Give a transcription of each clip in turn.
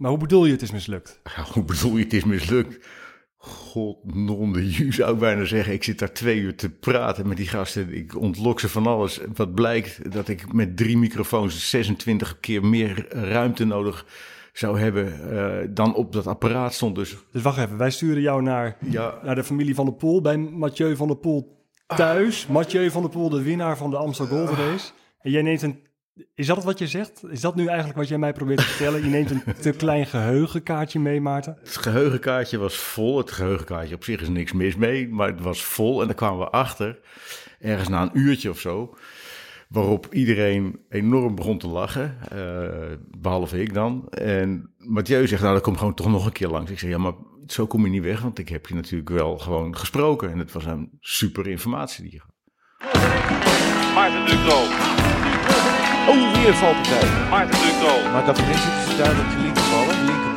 Maar hoe bedoel je het is mislukt? Ja, hoe bedoel je het is mislukt? God, non de ju zou ik bijna zeggen. Ik zit daar 2 uur te praten met die gasten. Ik ontlok ze van alles. Wat blijkt dat ik met 3 microfoons 26 keer meer ruimte nodig zou hebben dan op dat apparaat stond. Dus wacht even, wij sturen jou naar de familie Van der Poel bij Mathieu van der Poel thuis. Mathieu van der Poel, de winnaar van de Amstel Gold Race. En jij neemt is dat wat je zegt? Is dat nu eigenlijk wat jij mij probeert te vertellen? Je neemt een te klein geheugenkaartje mee, Maarten? Het geheugenkaartje was vol. Het geheugenkaartje op zich is niks mis mee, maar het was vol. En daar kwamen we achter, ergens na een uurtje of zo, waarop iedereen enorm begon te lachen, behalve ik dan. En Mathieu zegt, nou, dan kom gewoon toch nog een keer langs. Ik zeg, ja, maar zo kom je niet weg, want ik heb je natuurlijk wel gewoon gesproken. En het was een super informatie die je had. Maarten de Kroo. Oh, weer valt het uit. Maarten de Kroo. Maar dat erin zitten ze duidelijk de linkerballen.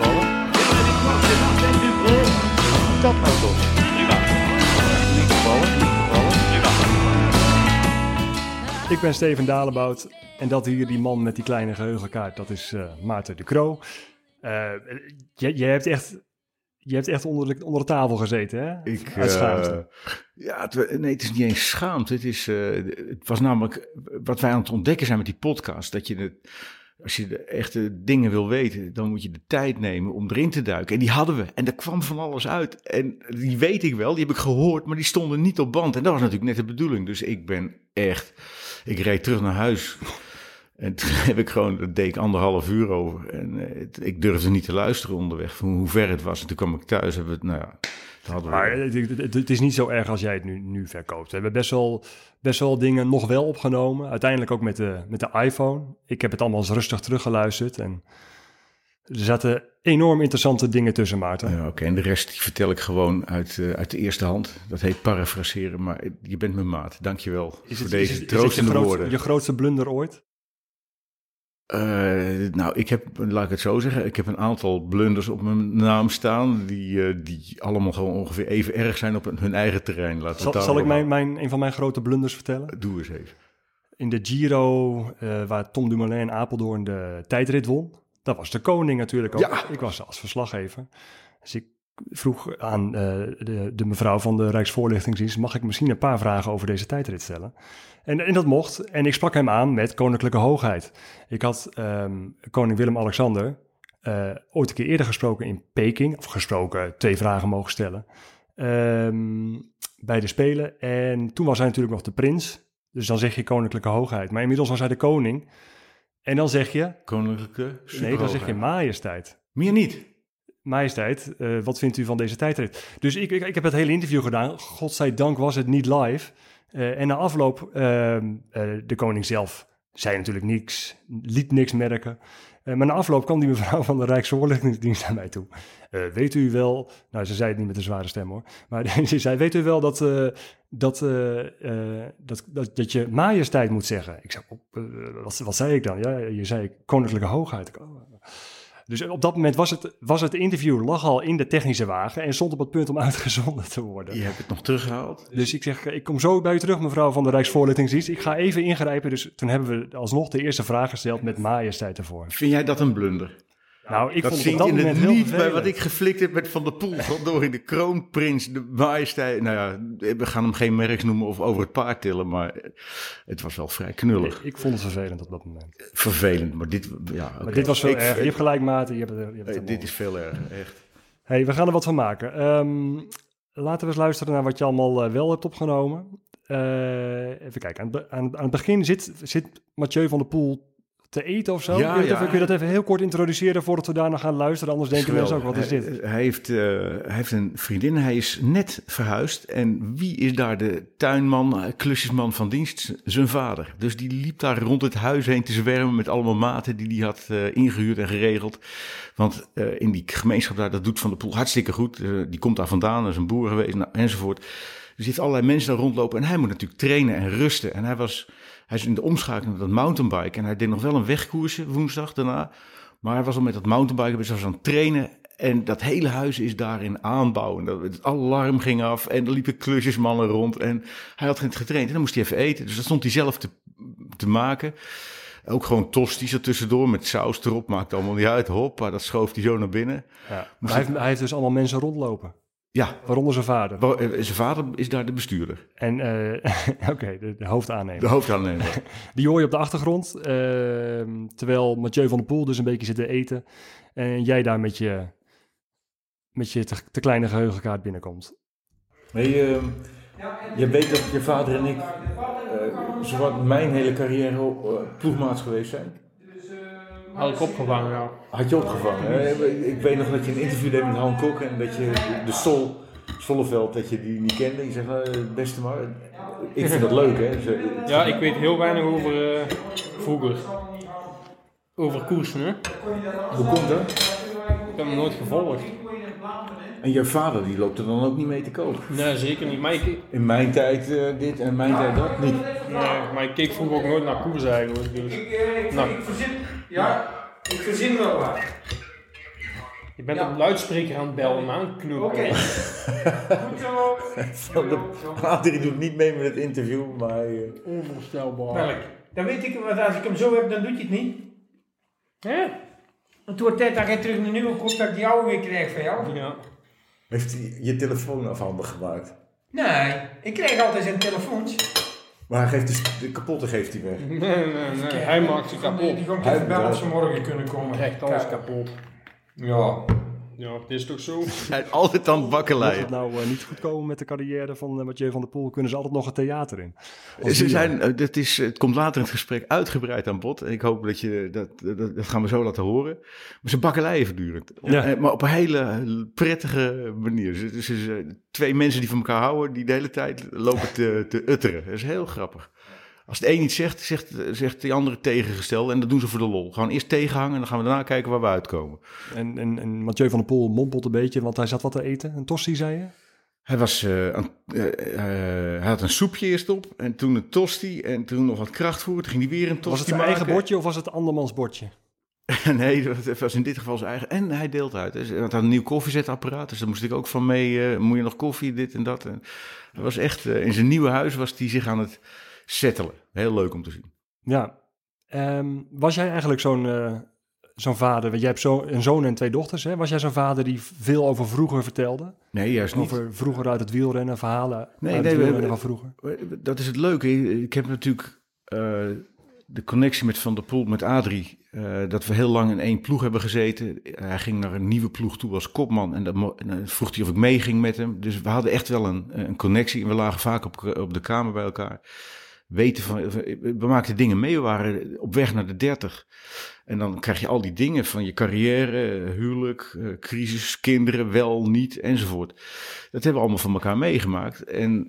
Dat nou toch. Prima. Linkerballen. Prima. Ik ben Steven Dalebout en dat hier, die man met die kleine geheugenkaart, dat is Maarten de Kroo. Je hebt echt onder de tafel gezeten, hè? Uit schaamte. Het is niet eens schaamte. Het was namelijk wat wij aan het ontdekken zijn met die podcast. Dat als je de echte dingen wil weten, dan moet je de tijd nemen om erin te duiken. En die hadden we. En er kwam van alles uit. En die weet ik wel, die heb ik gehoord, maar die stonden niet op band. En dat was natuurlijk net de bedoeling. Dus ik reed terug naar huis. En toen heb ik daar deed ik 1,5 uur over. En ik durfde niet te luisteren onderweg van hoe ver het was. En toen kwam ik thuis. Maar het is niet zo erg als jij het nu verkoopt. We hebben best wel dingen nog wel opgenomen. Uiteindelijk ook met de iPhone. Ik heb het allemaal eens rustig teruggeluisterd. En er zaten enorm interessante dingen tussen, Maarten. Ja, oké. En de rest die vertel ik gewoon uit de eerste hand. Dat heet parafraseren. Maar je bent mijn maat. Dank je wel voor deze troostende woorden. Je grootste blunder ooit? Laat ik het zo zeggen, ik heb een aantal blunders op mijn naam staan die allemaal gewoon ongeveer even erg zijn op hun eigen terrein. Zal ik een van mijn grote blunders vertellen? Doe eens even. In de Giro, waar Tom Dumoulin in Apeldoorn de tijdrit won, dat was de koning natuurlijk ook. Ja. Ik was als verslaggever. Dus ik vroeg aan de mevrouw van de Rijksvoorlichtingsdienst, mag ik misschien een paar vragen over deze tijdrit stellen? En dat mocht. En ik sprak hem aan met koninklijke hoogheid. Ik had koning Willem-Alexander ooit een keer eerder gesproken in Peking. Of gesproken, 2 vragen mogen stellen. Bij de Spelen. En toen was hij natuurlijk nog de prins. Dus dan zeg je koninklijke hoogheid. Maar inmiddels was hij de koning. En dan zeg je... Koninklijke Nee, dan zeg je majesteit. Meer niet. Majesteit, wat vindt u van deze tijdrit? Dus ik heb het hele interview gedaan. Godzijdank was het niet live. En na afloop, de koning zelf zei natuurlijk niks, liet niks merken. Maar na afloop kwam die mevrouw van de Rijksvoorlichtingsdienst naar mij toe. Weet u wel, nou ze zei het niet met een zware stem hoor, maar ze zei, weet u wel dat je majesteit moet zeggen? Ik zei, wat zei ik dan? Ja, je zei koninklijke hoogheid. Dus op dat moment was het interview lag al in de technische wagen en stond op het punt om uitgezonden te worden. Je hebt het nog teruggehaald? Dus ik zeg, ik kom zo bij u terug, mevrouw van de Rijksvoorlichtingsdienst. Ik ga even ingrijpen. Dus toen hebben we alsnog de eerste vraag gesteld met majesteit ervoor. Vind jij dat een blunder? Nou, ik dat vond het op dat moment heel niet vervelend. bij wat ik geflikt heb met Van der Poel. Door in de kroonprins, de majesteit. Nou ja, we gaan hem geen merks noemen of over het paard tillen, maar het was wel vrij knullig. Ik vond het vervelend op dat moment. Vervelend, maar dit... Ja, okay. Maar dit was veel erg. Je hebt gelijk, Maarten. Dit is veel erger, echt. Hey, we gaan er wat van maken. Laten we eens luisteren naar wat je allemaal wel hebt opgenomen. Even kijken. Aan het begin zit Mathieu van der Poel te eten of zo? Ja, kun je dat even heel kort introduceren voordat we daarna gaan luisteren? Anders denken mensen ook, wat is dit? Hij heeft een vriendin, hij is net verhuisd. En wie is daar de tuinman, klusjesman van dienst? Zijn vader. Dus die liep daar rond het huis heen te zwermen met allemaal maten die hij had ingehuurd en geregeld. Want in die gemeenschap daar, dat doet Van der Poel hartstikke goed. Die komt daar vandaan, dat is een boer geweest, enzovoort. Dus hij heeft allerlei mensen daar rondlopen en hij moet natuurlijk trainen en rusten. En hij is in de omschakeling met dat mountainbike. En hij deed nog wel een wegkoersje woensdag daarna. Maar hij was al met dat mountainbike, dus hij was aan het trainen. En dat hele huis is daarin aanbouw. En het alarm ging af en er liepen klusjesmannen rond. En hij had getraind en dan moest hij even eten. Dus dat stond hij zelf te maken. Ook gewoon tosties er tussendoor met saus erop. Maakt allemaal niet uit. Hoppa, dat schoof hij zo naar binnen. Ja. Maar hij heeft dus allemaal mensen rondlopen. Ja. Waaronder zijn vader. Zijn vader is daar de bestuurder. En oké, de hoofdaannemer. De hoofdaannemer. Die hoor je op de achtergrond. Terwijl Mathieu van der Poel dus een beetje zit te eten. En jij daar met je te kleine geheugenkaart binnenkomt. Nee, je weet dat je vader en ik zowat mijn hele carrière ploegmaats geweest zijn. Had ik opgevangen, ja. Had je opgevangen. Ik weet nog dat je een interview deed met Han Kok en dat je de Stolleveld, dat je die niet kende. Je zegt, het beste maar. Ik vind dat leuk, hè. Ja, ik weet heel weinig over vroeger. Over koersen, hè. Hoe komt dat? Ik heb hem nooit gevolgd. En je vader, die loopt er dan ook niet mee te koop? Nee, zeker niet. Maar in mijn tijd dit en mijn tijd dat niet. Nee, maar ik keek vroeger ook nooit naar koers eigenlijk. Dus. Ik verzin wel wat. Je bent op luidspreker aan het bellen, man. Knoep. Oké. Goed zo. Adrie doet niet mee met het interview, maar... Onvoorstelbaar. Welk? Dan weet ik, want als ik hem zo heb, dan doet je het niet. Hè? Het wordt tijd dat jij terug een nieuwe koopt, dat ik die oude weer krijg van jou. Ja. Heeft hij je telefoon afhandig gemaakt? Nee, ik krijg altijd zijn telefoons. Maar hij geeft de kapotte geeft hij weg. Nee. Hij maakt ze kapot. Die komt even bellen of ze morgen kunnen komen. Hij krijgt alles kapot. Ja. Ja, het is toch zo? Hij is altijd aan het Mocht bakkeleien. het nou niet goed komen met de carrière van Mathieu van der Poel, kunnen ze altijd nog het theater in. Het komt later in het gesprek uitgebreid aan bod. En ik hoop dat dat gaan we zo laten horen. Maar ze bakkeleien voortdurend. Ja. Maar op een hele prettige manier. Dus twee mensen die van elkaar houden, die de hele tijd lopen te utteren. Dat is heel grappig. Als de een iets zegt de andere tegengesteld. En dat doen ze voor de lol. Gewoon eerst tegenhangen en dan gaan we daarna kijken waar we uitkomen. En Mathieu van der Poel mompelt een beetje, want hij zat wat te eten. Een tosti, zei je? Hij had een soepje eerst op en toen een tosti en toen nog wat krachtvoer. Toen ging hij weer een tosti Was het zijn maken. eigen bordje of was het andermans bordje? Nee, dat was in dit geval zijn eigen. En hij deelt uit. Dus hij had een nieuw koffiezetapparaat, dus daar moest ik ook van mee. Moet je nog koffie, dit en dat. En dat was echt, in zijn nieuwe huis was hij zich aan het settelen. Heel leuk om te zien. Ja. Was jij eigenlijk zo'n vader? Want jij hebt een zoon en 2 dochters. Hè? Was jij zo'n vader die veel over vroeger vertelde? Nee, juist niet. Over vroeger uit het wielrennen, verhalen uit het wielrennen van vroeger? Dat is het leuke. Ik heb natuurlijk de connectie met Van der Poel, met Adrie. Dat we heel lang in 1 ploeg hebben gezeten. Hij ging naar een nieuwe ploeg toe als kopman. En dan vroeg hij of ik meeging met hem. Dus we hadden echt wel een connectie. En we lagen vaak op de kamer bij elkaar. We maakten dingen mee. We waren op weg naar de 30. En dan krijg je al die dingen van je carrière, huwelijk, crisis, kinderen, wel, niet, enzovoort. Dat hebben we allemaal van elkaar meegemaakt. En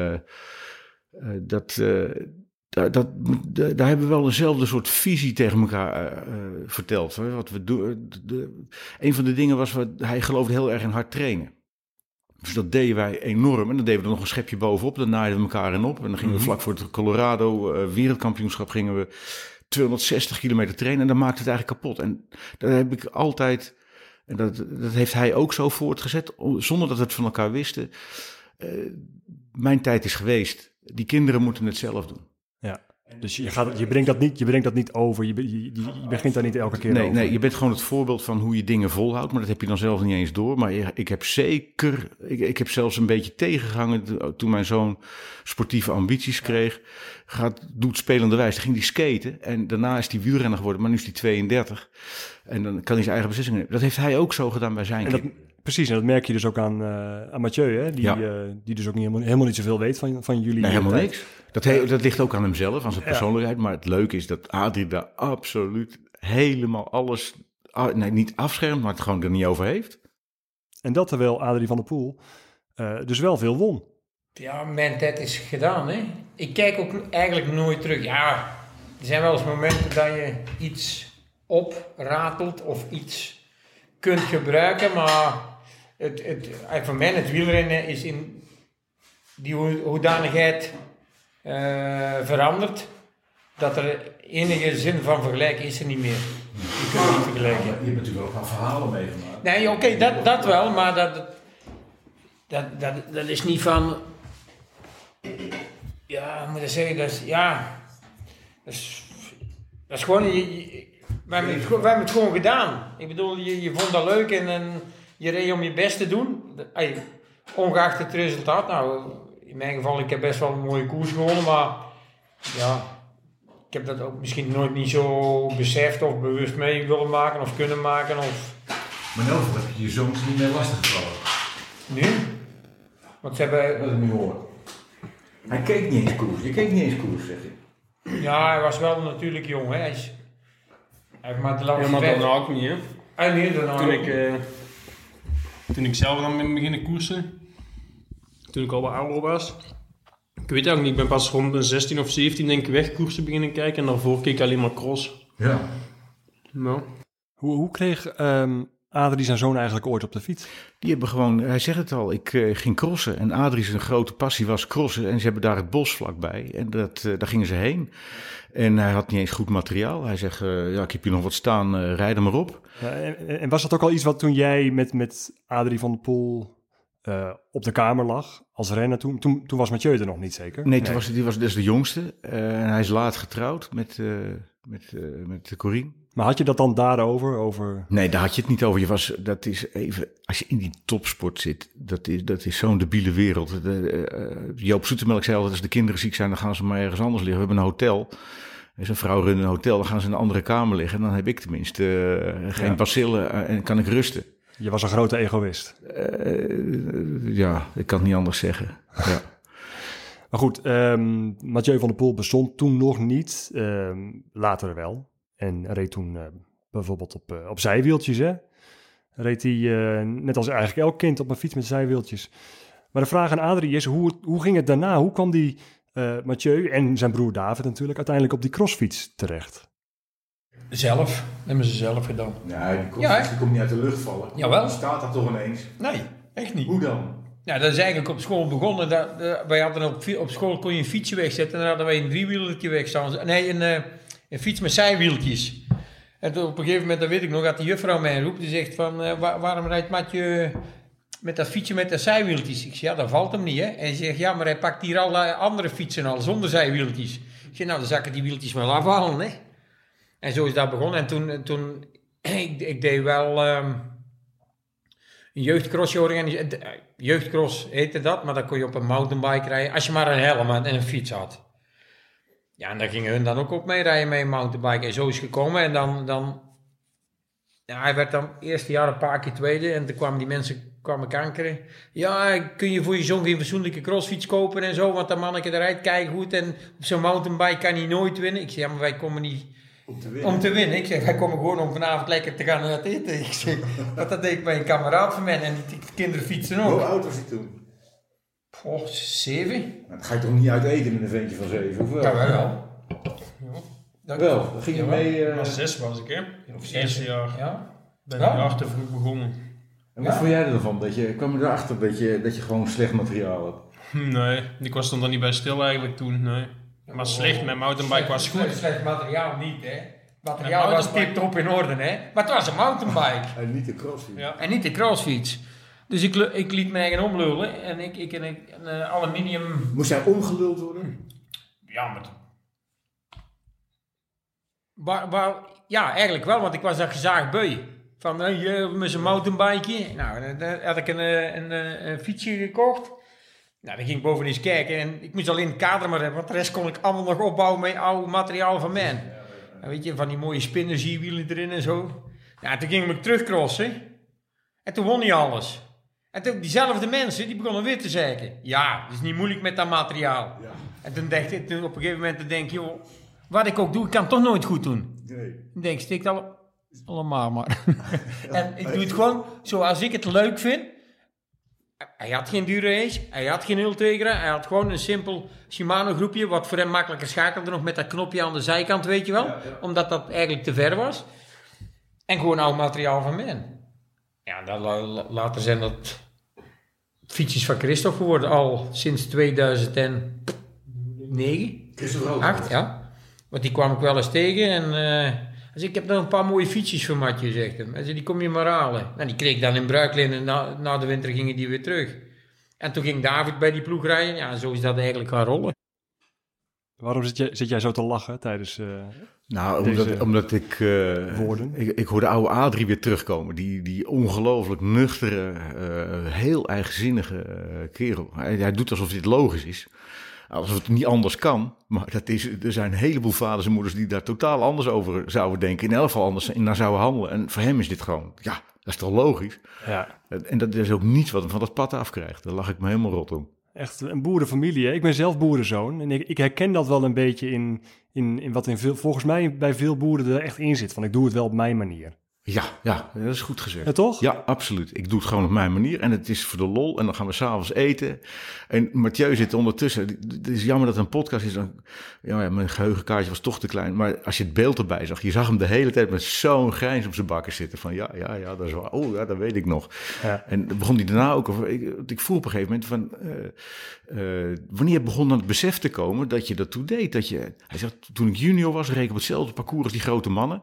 daar hebben we wel eenzelfde soort visie tegen elkaar verteld. Wat we doen. Een van de dingen was, hij geloofde heel erg in hard trainen. Dus dat deden wij enorm. En dan deden we er nog een schepje bovenop. Dan naaiden we elkaar in op. En dan gingen we vlak voor het Colorado wereldkampioenschap gingen we 260 kilometer trainen. En dan maakte het eigenlijk kapot. En dat heb ik altijd... En dat heeft hij ook zo voortgezet. Zonder dat we het van elkaar wisten. Mijn tijd is geweest. Die kinderen moeten het zelf doen. Ja. Dus je brengt dat niet over. Je begint daar niet elke keer over. Nee, je bent gewoon het voorbeeld van hoe je dingen volhoudt. Maar dat heb je dan zelf niet eens door. Maar ik heb zelfs een beetje tegengehangen toen mijn zoon sportieve ambities kreeg. Doet spelenderwijs. Dan ging hij skaten. En daarna is hij wielrenner geworden. Maar nu is hij 32. En dan kan hij zijn eigen beslissingen nemen. Dat heeft hij ook zo gedaan bij zijn kind. Precies, en dat merk je dus ook aan Mathieu, hè? Die dus ook helemaal niet zoveel weet van jullie. Nee, helemaal niks. Dat ligt ook aan hemzelf, aan zijn persoonlijkheid. Maar het leuke is dat Adrie daar absoluut helemaal alles... niet afschermt, maar het gewoon er niet over heeft. En dat terwijl Adrie van der Poel dus wel veel won. Ja, mijn tijd is gedaan, hè. Ik kijk ook eigenlijk nooit terug. Ja, er zijn wel eens momenten dat je iets opratelt of iets kunt gebruiken, maar voor mij het wielrennen is in die hoedanigheid veranderd, dat er enige zin van vergelijken is er niet meer. Je kunt niet vergelijken. Je hebt natuurlijk ook al verhalen meegemaakt. Nee, oké, dat wel, maar dat is niet van... Ja, moet ik zeggen, dat is Dat is gewoon, we hebben het gewoon gedaan. Ik bedoel, je vond dat leuk en je reed om je best te doen. Ongeacht het resultaat. Nou, in mijn geval, ik heb best wel een mooie koers gewonnen, maar ja, ik heb dat ook misschien nooit niet zo beseft of bewust mee willen maken of kunnen maken. Maar nou heb je je zoons niet meer lastig gevallen. Nu? Want ze hebben... Dat is niet horen. Hij keek niet eens koers. Je keek niet eens koers, zeg je. Ja, hij was wel natuurlijk jong, hè. Hij heeft maar de laatste maar daarna ook niet, hè. Nee, daarna Toen ik zelf dan ben beginnen koersen, toen ik al wat ouder was. Ik weet eigenlijk niet, ik ben pas rond de 16 of 17 denk ik wegkoersen beginnen kijken en daarvoor keek ik alleen maar cross. Ja. Nou. Hoe kreeg Adrie zijn zoon eigenlijk ooit op de fiets? Die hebben gewoon, hij zegt het al, ik ging crossen. En Adrie zijn grote passie was crossen. En ze hebben daar het bos vlakbij. En daar gingen ze heen. En hij had niet eens goed materiaal. Hij zegt, ja, ik heb hier nog wat staan, rijd er maar op. En was dat ook al iets wat toen jij met Adrie van der Poel op de kamer lag als renner toen? Toen was Mathieu er nog niet zeker? Nee, die was dus de jongste. En hij is laat getrouwd met Corine. Maar had je dat dan daarover? Nee, daar had je het niet over. Als je in die topsport zit, dat is zo'n debiele wereld. Joop Zoetemelk zei altijd, als de kinderen ziek zijn, dan gaan ze maar ergens anders liggen. We hebben een hotel. Als een vrouw runt een hotel, dan gaan ze in een andere kamer liggen. En dan heb ik tenminste geen bacillen en kan ik rusten. Je was een grote egoïst. Ja, ik kan het niet anders zeggen. Ja. Maar goed, Mathieu van der Poel bestond toen nog niet. Later wel. En reed toen bijvoorbeeld op zijwieltjes, hè? Reed hij net als eigenlijk elk kind op een fiets met zijwieltjes. Maar de vraag aan Adrie is, hoe ging het daarna? Hoe kwam die Mathieu en zijn broer David natuurlijk uiteindelijk op die crossfiets terecht? Zelf. Hebben ze zelf gedaan. Nee, die komt niet uit de lucht vallen. Jawel. Dan staat dat toch ineens? Nee, echt niet. Hoe dan? Ja, dat is eigenlijk op school begonnen. Wij hadden op school kon je een fietsje wegzetten en dan hadden wij een driewielertje wegstaan. Nee, een fiets met zijwieltjes. En toen op een gegeven moment, dat weet ik nog, had de juffrouw mij roept. Die zegt van, waarom rijdt Mathieu met dat fietsje met de zijwieltjes? Ik zeg, ja, dat valt hem niet, hè. En ze zegt, ja, maar hij pakt hier al andere fietsen al, zonder zijwieltjes. Ik zeg, nou, dan zal ik die wieltjes wel afhalen, hè. En zo is dat begonnen. En toen ik deed wel een jeugdcrossje organiseren. Jeugdcross heette dat, maar dan kon je op een mountainbike rijden. Als je maar een helm en een fiets had. Ja, en daar gingen hun dan ook op mee rijden met een mountainbike. En zo is het gekomen. En dan ja, hij werd dan eerste jaar een paar keer tweede. En toen kwamen die mensen kankeren. Ja, kun je voor je zoon geen fatsoenlijke crossfiets kopen en zo. Want dat manneke rijdt kijk goed. En op zo'n mountainbike kan hij nooit winnen. Ik zeg, ja, maar wij komen niet om te winnen. Ik zeg, wij komen gewoon om vanavond lekker te gaan eten. Ik zeg, dat deed ik bij een kameraad van mij. En die kinderen fietsen ook. Hoe oud was hij toen? 7. Nou, dan ga je toch niet uit eten met een ventje van 7, of wel? Ja, wel. Wel, dan ging je mee... Maar 6 was ik, hè? Of het eerste jaar. Ja. Ben ik daar te vroeg begonnen. En wat vond jij ervan? Kwam je erachter dat je gewoon slecht materiaal had? Nee, ik was er niet bij stil eigenlijk toen, nee. Maar slecht, mijn mountainbike was goed. Slecht materiaal niet, hè. Materiaal was tip-top in orde, hè. Maar het was een mountainbike. En niet de crossfiets. Ja. En niet de crossfiets. Dus ik liet me eigen omlullen en ik een aluminium... Moest jij omgeluld worden? Ja, maar... Ja, eigenlijk wel, want ik was dat gezaagd beu. Van, met zijn mountainbikeje. Nou, dan had ik een fietsje gekocht. Nou, dan ging ik boven eens kijken en ik moest alleen het kader maar hebben, want de rest kon ik allemaal nog opbouwen met oude materiaal van mij. En weet je, van die mooie spinnerzierwielen erin en zo. Ja, toen ging ik terugcrossen en toen won hij alles. En toen, diezelfde mensen, die begonnen weer te zeggen, ja, het is niet moeilijk met dat materiaal. Ja. En toen dacht ik, op een gegeven moment denk je, joh, wat ik ook doe, ik kan het toch nooit goed doen. Nee. Ik denk, steek het allemaal maar. En ik doe het gewoon zoals ik het leuk vind. Hij had geen dure race, hij had geen Ultegra, hij had gewoon een simpel Shimano groepje, wat voor hem makkelijker schakelde, nog met dat knopje aan de zijkant, weet je wel. Ja. Omdat dat eigenlijk te ver was. En gewoon oud materiaal van mij. Ja, dan later zijn dat fietsjes van Christophe geworden, al sinds 2009. 8, ja. Want die kwam ik wel eens tegen en dus ik heb nog een paar mooie fietsjes voor Mathieu, zegt hem. Die kom je maar halen. Nou, die kreeg ik dan in bruiklin en na de winter gingen die weer terug. En toen ging David bij die ploeg rijden. Ja, zo is dat eigenlijk gaan rollen. Waarom zit jij zo te lachen tijdens... omdat ik... woorden? Ik hoor de oude Adrie weer terugkomen. Die ongelooflijk nuchtere, heel eigenzinnige kerel. Hij doet alsof dit logisch is. Alsof het niet anders kan. Maar er zijn een heleboel vaders en moeders die daar totaal anders over zouden denken. In elk geval anders naar zouden handelen. En voor hem is dit gewoon... Ja, dat is toch logisch? Ja. En dat is ook niets wat hem van dat pad afkrijgt. Daar lach ik me helemaal rot om. Echt een boerenfamilie. Hè? Ik ben zelf boerenzoon. En ik herken dat wel een beetje in wat volgens mij bij veel boeren er echt in zit. Van ik doe het wel op mijn manier. Ja, dat is goed gezegd. Ja, toch? Ja, absoluut. Ik doe het gewoon op mijn manier. En het is voor de lol. En dan gaan we 's avonds eten. En Mathieu zit ondertussen. Het is jammer dat het een podcast is. Mijn geheugenkaartje was toch te klein. Maar als je het beeld erbij zag. Je zag hem de hele tijd met zo'n grijns op zijn bakken zitten. Van ja, dat is waar. Oh ja, dat weet ik nog. Ja. En dan begon hij daarna ook over. Ik vroeg op een gegeven moment van... wanneer begon dan het besef te komen dat je dat toe deed? Hij zegt, toen ik junior was, reed ik op hetzelfde parcours als die grote mannen.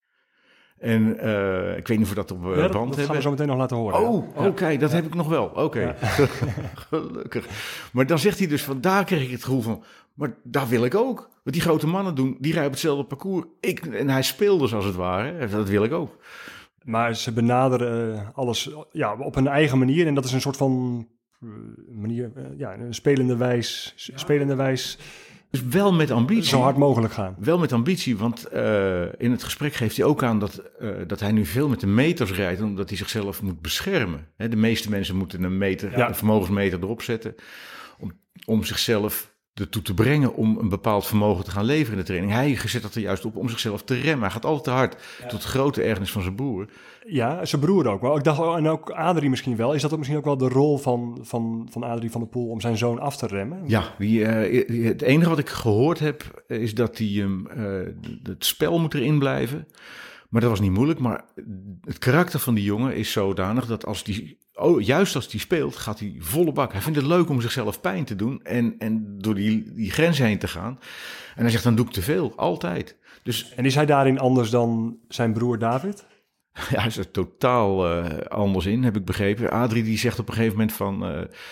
En ik weet niet of we dat op band hebben. Dat gaan we zo meteen nog laten horen. Oké, dat heb ik nog wel. Oké, ja. Gelukkig. Maar dan zegt hij dus van, daar kreeg ik het gevoel van, maar daar wil ik ook. Wat die grote mannen doen, die rijden op hetzelfde parcours. En hij speelde dus als het ware, dat wil ik ook. Maar ze benaderen alles op hun eigen manier. En dat is een soort van manier, een spelende wijs... Dus wel met ambitie. Zo hard mogelijk gaan. Wel met ambitie, want in het gesprek geeft hij ook aan dat hij nu veel met de meters rijdt, omdat hij zichzelf moet beschermen. De meeste mensen moeten een vermogensmeter erop zetten om zichzelf ertoe te brengen om een bepaald vermogen te gaan leveren in de training. Hij zet dat er juist op om zichzelf te remmen. Hij gaat altijd te hard, tot grote ergernis van zijn broer. Ja, zijn broer ook wel. Ik dacht, en ook Adrie misschien wel. Is dat ook misschien ook wel de rol van Adrie van der Poel om zijn zoon af te remmen? Ja, het enige wat ik gehoord heb is dat hij het spel moet erin blijven. Maar dat was niet moeilijk. Maar het karakter van die jongen is zodanig dat juist als hij speelt, gaat hij volle bak. Hij vindt het leuk om zichzelf pijn te doen en door die grens heen te gaan. En hij zegt, dan doe ik te veel, altijd. Dus, en is hij daarin anders dan zijn broer David? Ja, hij is er totaal anders in, heb ik begrepen. Adrie die zegt op een gegeven moment van,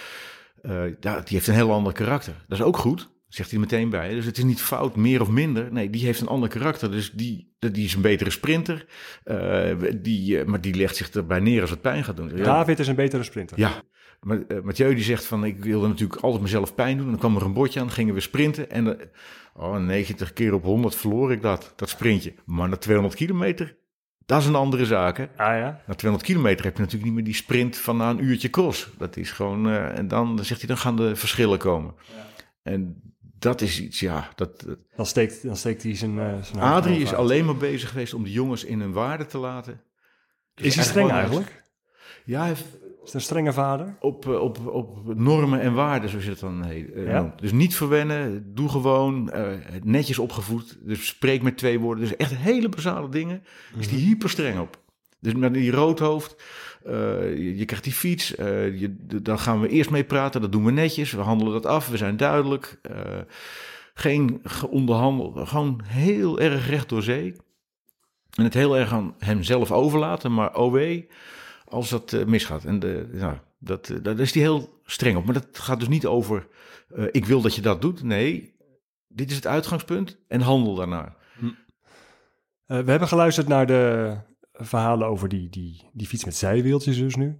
die heeft een heel ander karakter. Dat is ook goed. Zegt hij er meteen bij. Dus het is niet fout, meer of minder. Nee, die heeft een ander karakter. Dus die is een betere sprinter. Maar die legt zich erbij neer als het pijn gaat doen. David is een betere sprinter. Ja. Maar Mathieu die zegt van, ik wilde natuurlijk altijd mezelf pijn doen. En dan kwam er een bordje aan, gingen we sprinten. En 90 keer op 100 verloor ik dat sprintje. Maar na 200 kilometer, dat is een andere zaak. Hè? Ah ja? Na 200 kilometer heb je natuurlijk niet meer die sprint van na een uurtje cross. Dat is gewoon, en dan zegt hij, dan gaan de verschillen komen. Ja. En dat is iets, Dan steekt hij zijn Adrie is alleen maar bezig geweest om de jongens in hun waarde te laten. Dus is hij streng eigenlijk? Ja, hij is het een strenge vader? Op normen en waarden, zoals je het dan noemt. Dus niet verwennen, doe gewoon, netjes opgevoed. Dus spreek met 2 woorden. Dus echt hele basale dingen. Is die hyper streng op. Dus met die roodhoofd, je krijgt die fiets, daar gaan we eerst mee praten, dat doen we netjes, we handelen dat af, we zijn duidelijk. Geen onderhandel, gewoon heel erg recht door zee. En het heel erg aan hemzelf overlaten, maar als dat misgaat. En daar is hij heel streng op. Maar dat gaat dus niet over, ik wil dat je dat doet. Nee, dit is het uitgangspunt en handel daarnaar. We hebben geluisterd naar de verhalen over die fiets met zijwieltjes dus nu.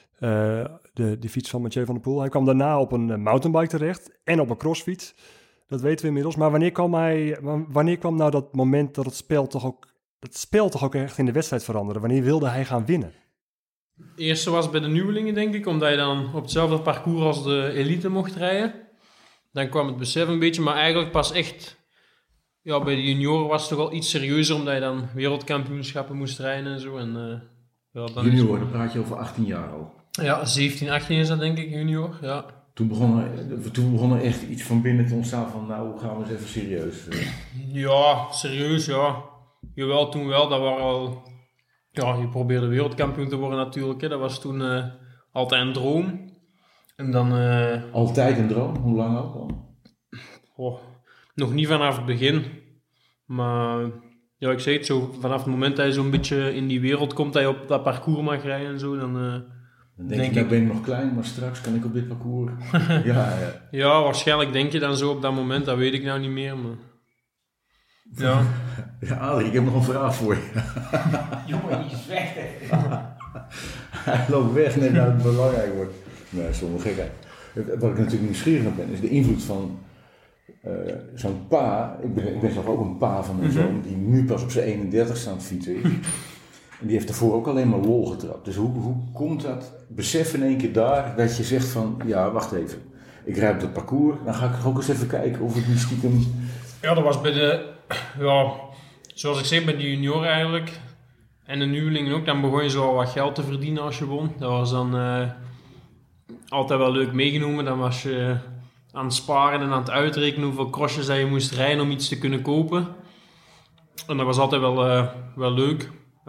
Die fiets van Mathieu van der Poel. Hij kwam daarna op een mountainbike terecht en op een crossfiets. Dat weten we inmiddels. Maar wanneer kwam nou dat moment dat het spel toch ook echt in de wedstrijd veranderde? Wanneer wilde hij gaan winnen? Het eerste was bij de nieuwelingen, denk ik, omdat je dan op hetzelfde parcours als de elite mocht rijden. Dan kwam het besef een beetje, maar eigenlijk pas echt... Ja, bij de junioren was het toch wel iets serieuzer, omdat je dan wereldkampioenschappen moest rijden en zo. Junior, dan praat je over 18 jaar al. Ja, 17, 18 is dat denk ik, junior, ja. Toen begon er echt iets van binnen te ontstaan van, nou gaan we eens even serieus. Ja, serieus, ja. Jawel, toen wel, dat waren al... Ja, je probeerde wereldkampioen te worden natuurlijk, hè. Dat was toen altijd een droom. En dan... Altijd een droom? Hoe lang ook al? Nog niet vanaf het begin, maar ja, ik zeg het zo, vanaf het moment dat je zo'n beetje in die wereld komt, dat je op dat parcours mag rijden en zo, Dan denk Denk je, nou ik. ben ik nog klein, maar straks kan ik op dit parcours. ja. Ja, waarschijnlijk denk je dan zo op dat moment, dat weet ik nou niet meer. Maar... Ja, Ja, Adrie, ik heb nog een vraag voor je. Jongen, die is weg. Hij loopt weg net naar het belangrijk wordt. Nee, zonder gekheid. Wat ik natuurlijk nieuwsgierig naar ben, is de invloed van zo'n pa. Ik ben zelf ook een pa van een zoon die nu pas op zijn 31ste aan het fietsen is. En die heeft daarvoor ook alleen maar lol getrapt. Dus hoe komt dat besef in één keer daar dat je zegt van, ja, wacht even. Ik rijd op dat parcours, dan ga ik ook eens even kijken of ik niet stiekem... ja, dat was bij de... Ja, zoals ik zeg, bij de junioren eigenlijk. En de nieuwelingen ook. Dan begon je zo wat geld te verdienen als je won. Dat was dan altijd wel leuk meegenomen. Dan was je aan het sparen en aan het uitrekenen hoeveel crossjes dat je moest rijden om iets te kunnen kopen. En dat was altijd wel leuk.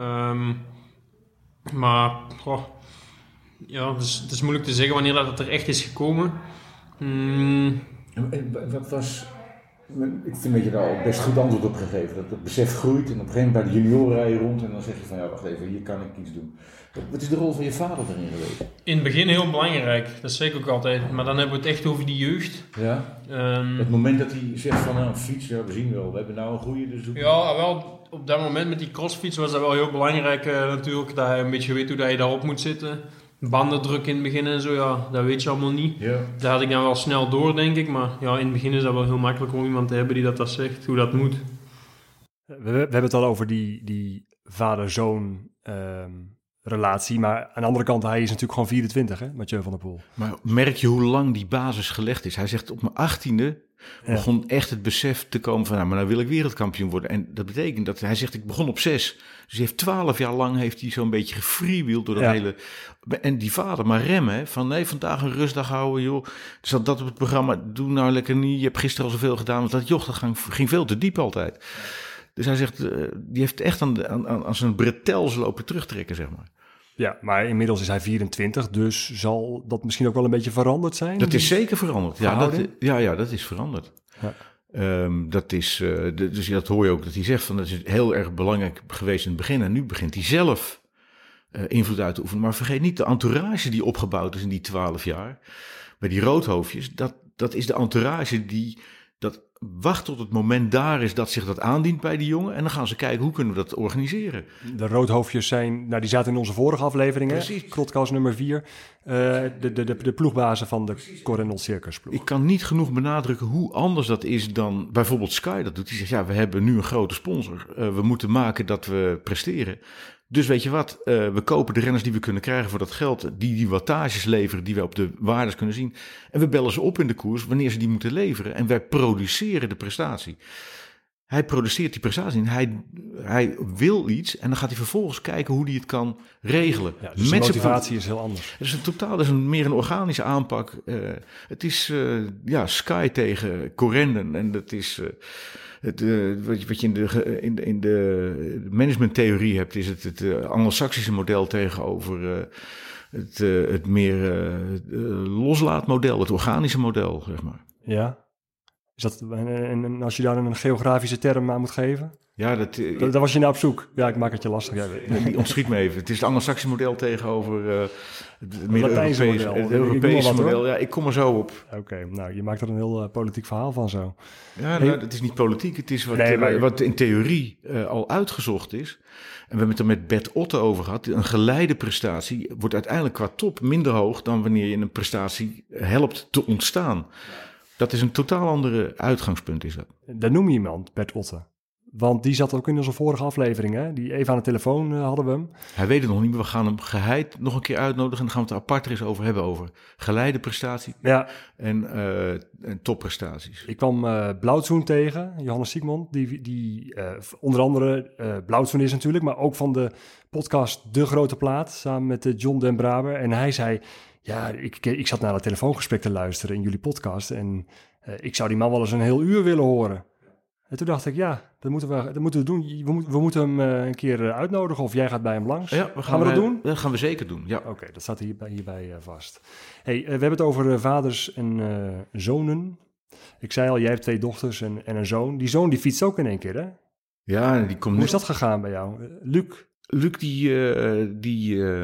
Maar, goh, ja, dus het is moeilijk te zeggen wanneer dat er echt is gekomen. Wat was... Ik vind dat je daar al best goed antwoord op gegeven. Dat het besef groeit en op een gegeven moment bij de junioren rij je rond en dan zeg je van, ja, wacht even, hier kan ik iets doen. Wat is de rol van je vader daarin geweest? In het begin heel belangrijk, dat zeg ik ook altijd. Maar dan hebben we het echt over die jeugd. Ja? Het moment dat hij zegt van, nou, fiets, ja, we zien wel, we hebben nou een goede, dus doe... Ja, wel, op dat moment met die crossfiets was dat wel heel belangrijk natuurlijk. Dat je een beetje weet hoe dat je daarop moet zitten. Bandendruk in het begin en zo, ja, dat weet je allemaal niet. Ja. Dat had ik dan wel snel door, denk ik. Maar ja, in het begin is dat wel heel makkelijk om iemand te hebben die dat zegt, hoe dat moet. We hebben het al over die vader-zoon relatie. Maar aan de andere kant, hij is natuurlijk gewoon 24, hè, Mathieu van der Poel. Maar merk je hoe lang die basis gelegd is? Hij zegt op mijn 18e begon echt het besef te komen van, nou, maar nou wil ik wereldkampioen worden. En dat betekent dat hij zegt, ik begon op 6. Dus hij heeft 12 jaar lang heeft hij zo'n beetje gefreewheeld door dat hele... En die vader maar remmen, hè, van nee, vandaag een rustdag houden, joh. Zat dat op het programma, doe nou lekker niet. Je hebt gisteren al zoveel gedaan, want dat joch, dat ging veel te diep altijd. Dus hij zegt, die heeft echt aan zijn bretels lopen terugtrekken, zeg maar. Ja, maar inmiddels is hij 24, dus zal dat misschien ook wel een beetje veranderd zijn? Dat is zeker veranderd. Ja, dat is veranderd. Ja. Dus dat hoor je ook dat hij zegt van dat is heel erg belangrijk geweest in het begin. En nu begint hij zelf invloed uit te oefenen. Maar vergeet niet de entourage die opgebouwd is in die 12 jaar. Bij die roodhoofdjes, dat is de entourage die dat wacht tot het moment daar is dat zich dat aandient bij die jongen. En dan gaan ze kijken, hoe kunnen we dat organiseren? De roodhoofdjes zijn, nou die zaten in onze vorige afleveringen. Precies. Krotkas nummer 4. De ploegbazen van de Corendon Circus ploeg. Ik kan niet genoeg benadrukken hoe anders dat is dan bijvoorbeeld Sky dat doet. Die zegt, ja, we hebben nu een grote sponsor. We moeten maken dat we presteren. Dus weet je wat, we kopen de renners die we kunnen krijgen voor dat geld. Die wattages leveren, die we op de waardes kunnen zien. En we bellen ze op in de koers wanneer ze die moeten leveren. En wij produceren de prestatie. Hij produceert die prestatie en hij wil iets. En dan gaat hij vervolgens kijken hoe hij het kan regelen. Ja, dus de motivatie is heel anders. Het is meer een organische aanpak. Het is Sky tegen Corendon. En dat is... wat je in de managementtheorie hebt, is het Anglo-Saxische model tegenover het meer loslaatmodel, het organische model, zeg maar. Ja. Is dat, en als je daar een geografische term aan moet geven? Ja, daar was je naar op zoek. Ja, ik maak het je lastig. Ja, die ontschiet me even. Het is het Anglo-Saxische model tegenover het meer Latijnse model. Het Europese model. Ja, ik kom er zo op. Oké, nou, je maakt er een heel politiek verhaal van zo. Ja, nou, het is niet politiek. Het is wat in theorie al uitgezocht is. En we hebben het er met Bert Otte over gehad. Een geleide prestatie wordt uiteindelijk qua top minder hoog dan wanneer je een prestatie helpt te ontstaan. Dat is een totaal andere uitgangspunt, is dat. Daar noem je iemand, Bert Otte. Want die zat ook in onze vorige aflevering, hè? Die even aan de telefoon hadden we hem. Hij weet het nog niet, maar we gaan hem geheid nog een keer uitnodigen. En dan gaan we het er apart eens over hebben, over geleide prestatie en topprestaties. Ik kwam Blauwzoen tegen, Johannes Siegmond, die onder andere Blauwzoen is natuurlijk, maar ook van de podcast De Grote Plaat, samen met John Den Braber. En hij zei, ja, ik zat naar het telefoongesprek te luisteren in jullie podcast en ik zou die man wel eens een heel uur willen horen. En toen dacht ik, ja, dat moeten we doen. We moeten hem een keer uitnodigen of jij gaat bij hem langs. Ja, gaan we dat doen? Dat gaan we zeker doen, ja. Oké, dat staat hierbij vast. Hey, we hebben het over vaders en zonen. Ik zei al, jij hebt 2 dochters en een zoon. Die zoon die fietst ook in één keer, hè? Ja, die komt... Hoe is dat gegaan bij jou? Luc? Luc, die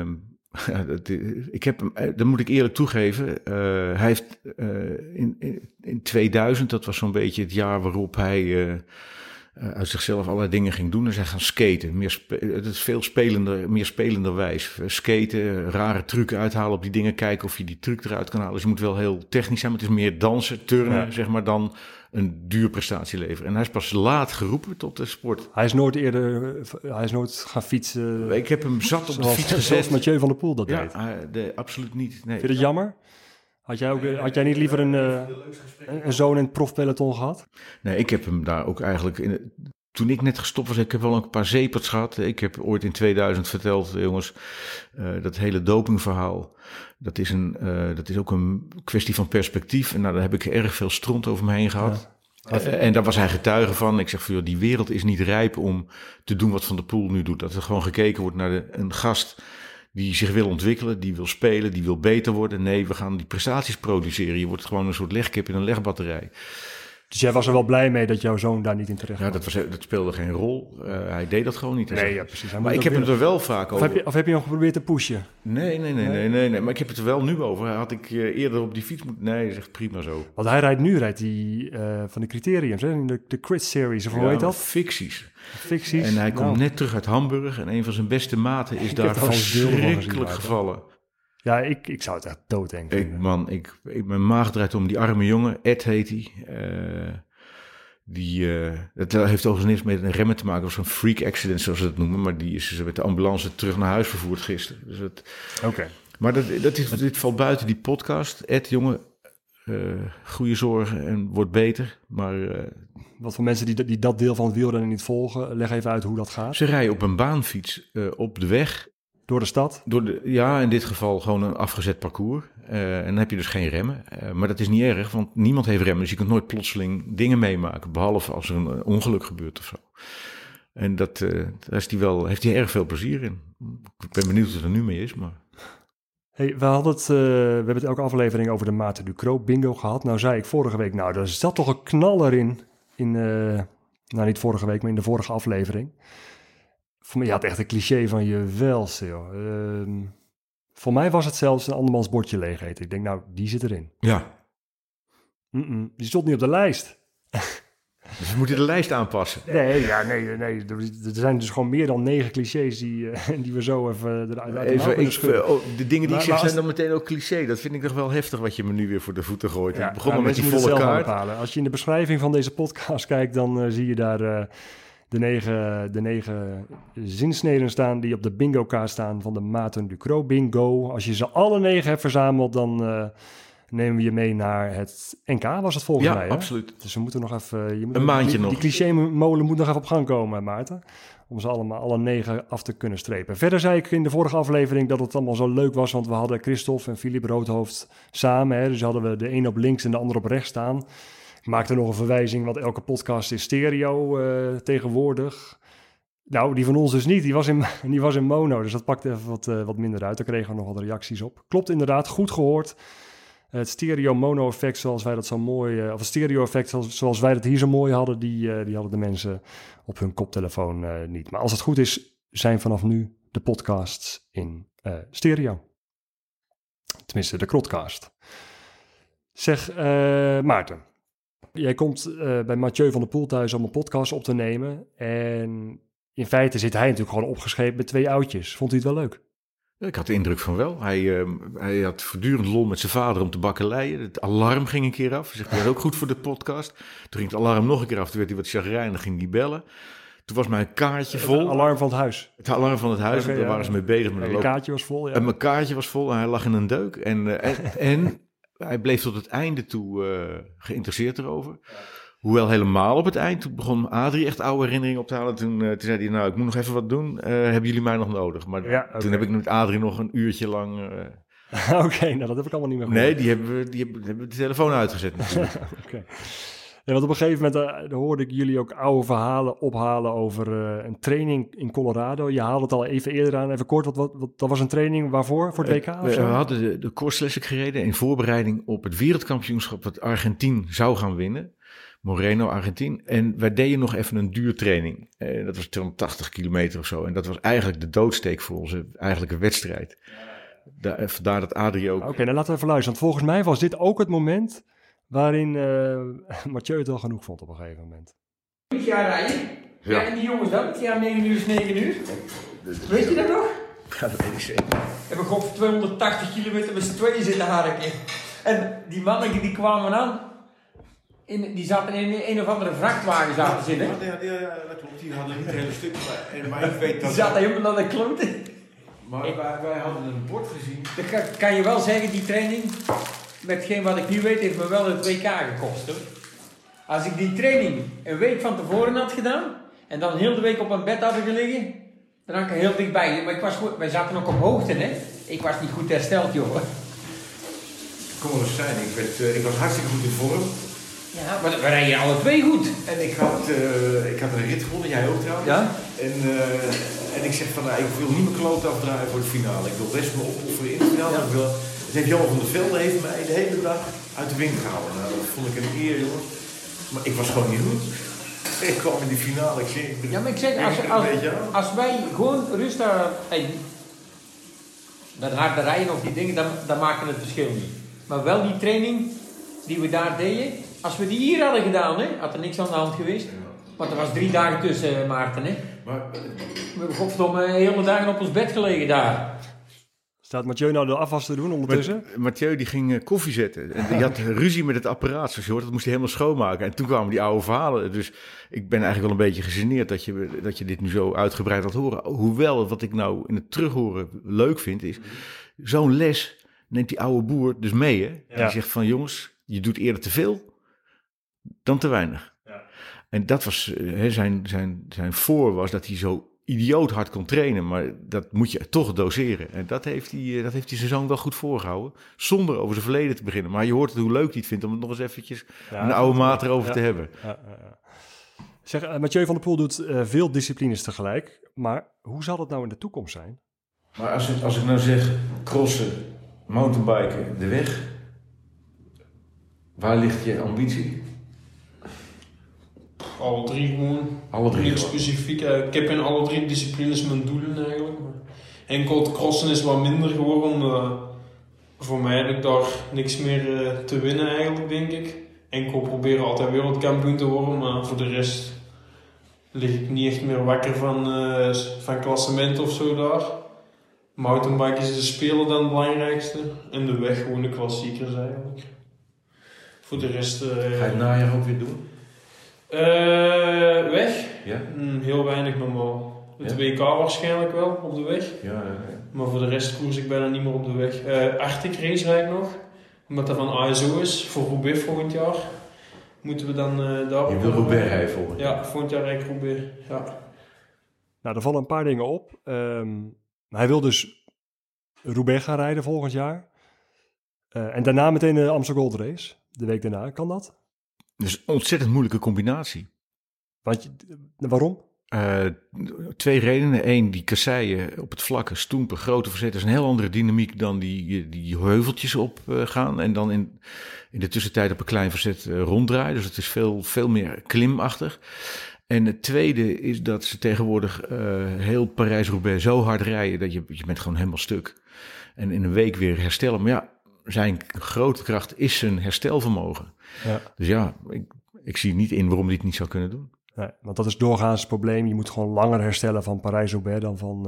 Dat moet ik eerlijk toegeven. Hij heeft in 2000, dat was zo'n beetje het jaar waarop hij uit zichzelf allerlei dingen ging doen. En zij gaan skaten. Het is veel meer spelenderwijs. Skaten, rare trucken uithalen op die dingen. Kijken of je die truc eruit kan halen. Dus je moet wel heel technisch zijn. Maar het is meer dansen, turnen, zeg maar, dan een duurprestatie leveren. En hij is pas laat geroepen tot de sport. Hij is nooit gaan fietsen. Ik heb hem zat op de fiets gezet. Zoals Mathieu van der Poel dat deed. Absoluut niet. Nee. Vind je het jammer? Had jij niet liever een zoon in het profpeloton gehad? Nee, ik heb hem daar ook eigenlijk... Toen ik net gestopt was, ik heb wel een paar zeeperts gehad. Ik heb ooit in 2000 verteld, jongens, dat hele dopingverhaal. Dat is ook een kwestie van perspectief. En daar heb ik erg veel stront over me heen gehad. Ja. En daar was hij getuige van. Ik zeg van, joh, die wereld is niet rijp om te doen wat Van der Poel nu doet. Dat er gewoon gekeken wordt naar een gast die zich wil ontwikkelen, die wil spelen, die wil beter worden. Nee, we gaan die prestaties produceren. Je wordt gewoon een soort legkip in een legbatterij. Dus jij was er wel blij mee dat jouw zoon daar niet in terecht was? Ja, dat speelde geen rol. Hij deed dat gewoon niet. Nee, ja, precies. Maar ik heb het er wel vaak over. Of heb je nog geprobeerd te pushen? Nee. Maar ik heb het er wel nu over. Had ik eerder op die fiets moeten... Nee, dat is echt prima zo. Want hij rijdt die van de criteriums, hè? De Crit Series, of hoe heet dat? Ficties. En hij komt net terug uit Hamburg en een van zijn beste maten is daar verschrikkelijk gevallen. Ja, ik zou het echt doodeng vinden. Mijn maag draait om. Die arme jongen, Ed heet hij. Dat heeft overigens niks met een remmen te maken. Of zo'n freak accident, zoals ze het noemen. Maar die is met de ambulance terug naar huis vervoerd gisteren. Dus Oké. Maar dit valt buiten die podcast. Ed, jongen, goede zorgen en wordt beter. Maar wat voor mensen die dat deel van het wielrennen niet volgen, leg even uit hoe dat gaat. Ze rijden op een baanfiets op de weg. Door de stad? In dit geval gewoon een afgezet parcours. En dan heb je dus geen remmen. Maar dat is niet erg, want niemand heeft remmen. Dus je kunt nooit plotseling dingen meemaken. Behalve als er een ongeluk gebeurt of zo. En daar heeft hij erg veel plezier in. Ik ben benieuwd wat er nu mee is, maar... Hey, we hebben het elke aflevering over de Maarten Ducrot bingo gehad. Nou zei ik vorige week, daar zat toch een knaller in niet vorige week, maar in de vorige aflevering. Voor mij had echt een cliché van je wel, voor mij was het zelfs een andermans bordje leeg eten. Ik denk, die zit erin. Ja. Die stond niet op de lijst. Dus we moeten de lijst aanpassen. Nee. Er zijn dus gewoon meer dan 9 clichés die we zo even eruit schudden. De dingen die ik zeg zijn dan meteen ook cliché. Dat vind ik toch wel heftig wat je me nu weer voor de voeten gooit. Ja, ik begon met die volle kaart. Als je in de beschrijving van deze podcast kijkt, dan zie je daar... De 9 zinsneden staan die op de bingo-kaart staan van de Maarten Ducrot bingo. Als je ze alle 9 hebt verzameld, dan nemen we je mee naar het NK, was het volgens mij. Ja, absoluut. Dus we moeten nog even... een maandje nog. Die cliché-molen moet nog even op gang komen, Maarten. Om ze alle 9 af te kunnen strepen. Verder zei ik in de vorige aflevering dat het allemaal zo leuk was, want we hadden Christophe en Philippe Roodhoofd samen. Hè, dus hadden we de een op links en de ander op rechts staan. Ik maakte nog een verwijzing, want elke podcast is stereo tegenwoordig. Nou, die van ons dus niet. Die was in mono, dus dat pakte even wat minder uit. Daar kregen we nog wat reacties op. Klopt inderdaad, goed gehoord. Het stereo-mono-effect zoals wij dat zo mooi... of het stereo-effect zoals wij dat hier zo mooi hadden... die hadden de mensen op hun koptelefoon niet. Maar als het goed is, zijn vanaf nu de podcasts in stereo. Tenminste, de Krotcast. Zeg, Maarten... Jij komt bij Mathieu van der Poel thuis om een podcast op te nemen. En in feite zit hij natuurlijk gewoon opgeschreven met 2 oudjes. Vond hij het wel leuk? Ik had de indruk van wel. Hij had voortdurend lol met zijn vader om te bakkeleien. Het alarm ging een keer af. Hij zegt, dat is ook goed voor de podcast. Toen ging het alarm nog een keer af. Toen werd hij wat chagrijnig, ging hij bellen. Toen was mijn kaartje vol. Het alarm van het huis. Het alarm van het huis, daar waren ze mee bezig. Met mijn kaartje was vol, ja. En mijn kaartje was vol en hij lag in een deuk. En hij bleef tot het einde toe geïnteresseerd erover. Ja. Hoewel helemaal op het eind, toen begon Adrie echt oude herinneringen op te halen. Toen zei hij, ik moet nog even wat doen. Hebben jullie mij nog nodig? Maar toen heb ik met Adrie nog een uurtje lang... Oké, dat heb ik allemaal niet meer gehoord. Nee, die hebben de telefoon uitgezet natuurlijk. Oké. Ja, want op een gegeven moment hoorde ik jullie ook oude verhalen ophalen over een training in Colorado. Je haalde het al even eerder aan. Even kort, wat dat was een training waarvoor? Voor het WK? We hadden de Korslessen gereden in voorbereiding op het wereldkampioenschap dat Argentinië zou gaan winnen. Moreno, Argentinië. En wij deden nog even een duurtraining. Dat was 280 kilometer of zo. En dat was eigenlijk de doodsteek voor onze eigenlijke wedstrijd. Vandaar dat Adrie ook... Oké, dan laten we even luisteren. Want volgens mij was dit ook het moment waarin Mathieu het wel genoeg vond op een gegeven moment. Ja, rijden. Ja, en die jongens dan? Ja, 9 uur is 9 uur. Weet je dat nog? Ja, dat weet ik zeker. Hebben we gewoon 280 kilometer met z'n tweeën zitten harken. En die mannen die kwamen aan. Die zaten in een of andere vrachtwagen zaten zitten. Ja, dat klopt. Die hadden niet het hele stuk. Maar ik weet dat... Die zaten helemaal naar de kloten. Maar wij hadden een bord gezien. Dan kan je wel zeggen, die training, met hetgeen wat ik nu weet, heeft me wel het WK gekost. Hoor. Als ik die training een week van tevoren had gedaan, en dan heel de week op een bed hadden gelegen, dan had ik er heel dichtbij. Maar ik was goed, wij zaten ook op hoogte, hè. Ik was niet goed hersteld, jongen. Kom wel eens zijn, ik was hartstikke goed in vorm. Ja, maar we rijden alle twee goed. En ik had een rit gewonnen, jij ook trouwens. Ja? En ik zeg van, nou, ik wil niet mijn kloot afdraaien voor de finale. Ik wil best me opofferen in de finale. Ja. Het heeft Johan van der Velde heeft mij de hele dag uit de wind gehouden. Nou, dat vond ik een eer, jongen. Maar ik was gewoon niet goed. Ik kwam in die finale. Ja, maar ik zeg, als wij gewoon rustig met harde rijden of die dingen, dan maken het verschil niet. Maar wel die training die we daar deden, als we die hier hadden gedaan, hè, had er niks aan de hand geweest. Want er was 3 dagen tussen, Maarten. Hè. Maar, we hebben godverdomme hele dagen op ons bed gelegen daar. Staat Mathieu nou de afwas te doen ondertussen? Mathieu die ging koffie zetten. En die had ruzie met het apparaat, zoals je hoort. Dat moest hij helemaal schoonmaken. En toen kwamen die oude verhalen. Dus ik ben eigenlijk wel een beetje gegeneerd dat je dit nu zo uitgebreid laat horen. Hoewel, wat ik nou in het terughoren leuk vind, is... Zo'n les neemt die oude boer dus mee, hè? Ja. Die zegt van, jongens, je doet eerder te veel dan te weinig. Ja. En dat was zijn voor was dat hij zo idioot hard kon trainen, maar dat moet je toch doseren. En dat heeft hij zijn zoon wel goed voorgehouden, zonder over zijn verleden te beginnen. Maar je hoort het hoe leuk hij het vindt om het nog eens eventjes een oude maat erover te hebben. Ja. Zeg, Mathieu van der Poel doet veel disciplines tegelijk, maar hoe zal het nou in de toekomst zijn? Maar als ik nou zeg, crossen, mountainbiken, de weg, waar ligt je ambitie? Alle 3 gewoon. Alle 3 niet specifiek. Ik heb in alle 3 disciplines mijn doelen eigenlijk. Enkel het crossen is wat minder geworden. Voor mij heb ik daar niks meer te winnen eigenlijk, denk ik. Enkel proberen altijd wereldkampioen te worden, maar voor de rest lig ik niet echt meer wakker van klassement of zo daar. Mountainbike is de Spelen dan het belangrijkste. En de weg gewoon de klassiekers eigenlijk. Voor de rest... Ga je het najaar ook weer doen? Weg? Ja? Heel weinig normaal. Het WK waarschijnlijk wel op de weg. Ja. Maar voor de rest koers ik bijna niet meer op de weg. Arctic race rijd ik nog. Omdat dat van ASO is. Voor Roubaix volgend jaar. Moeten we dan daar... Je wil Roubaix rijden volgend jaar? Ja, volgend jaar rijd ik Roubaix. Ja. Nou, er vallen een paar dingen op. Hij wil dus Roubaix gaan rijden volgend jaar. En daarna meteen de Amstel Gold Race. De week daarna. Kan dat? Dus een ontzettend moeilijke combinatie. Waarom? 2 redenen. 1, die kasseien op het vlakke, stoempen, grote verzetten. is een heel andere dynamiek dan die heuveltjes op gaan. En dan in de tussentijd op een klein verzet ronddraaien. Dus het is veel meer klimachtig. En het tweede is dat ze tegenwoordig heel Parijs-Roubaix zo hard rijden dat je bent gewoon helemaal stuk. En in een week weer herstellen. Maar ja, zijn grote kracht is zijn herstelvermogen. Ja. Dus ja, ik zie niet in waarom hij het niet zou kunnen doen. Nee, want dat is doorgaans het probleem. Je moet gewoon langer herstellen van Parijs-Roubaix dan van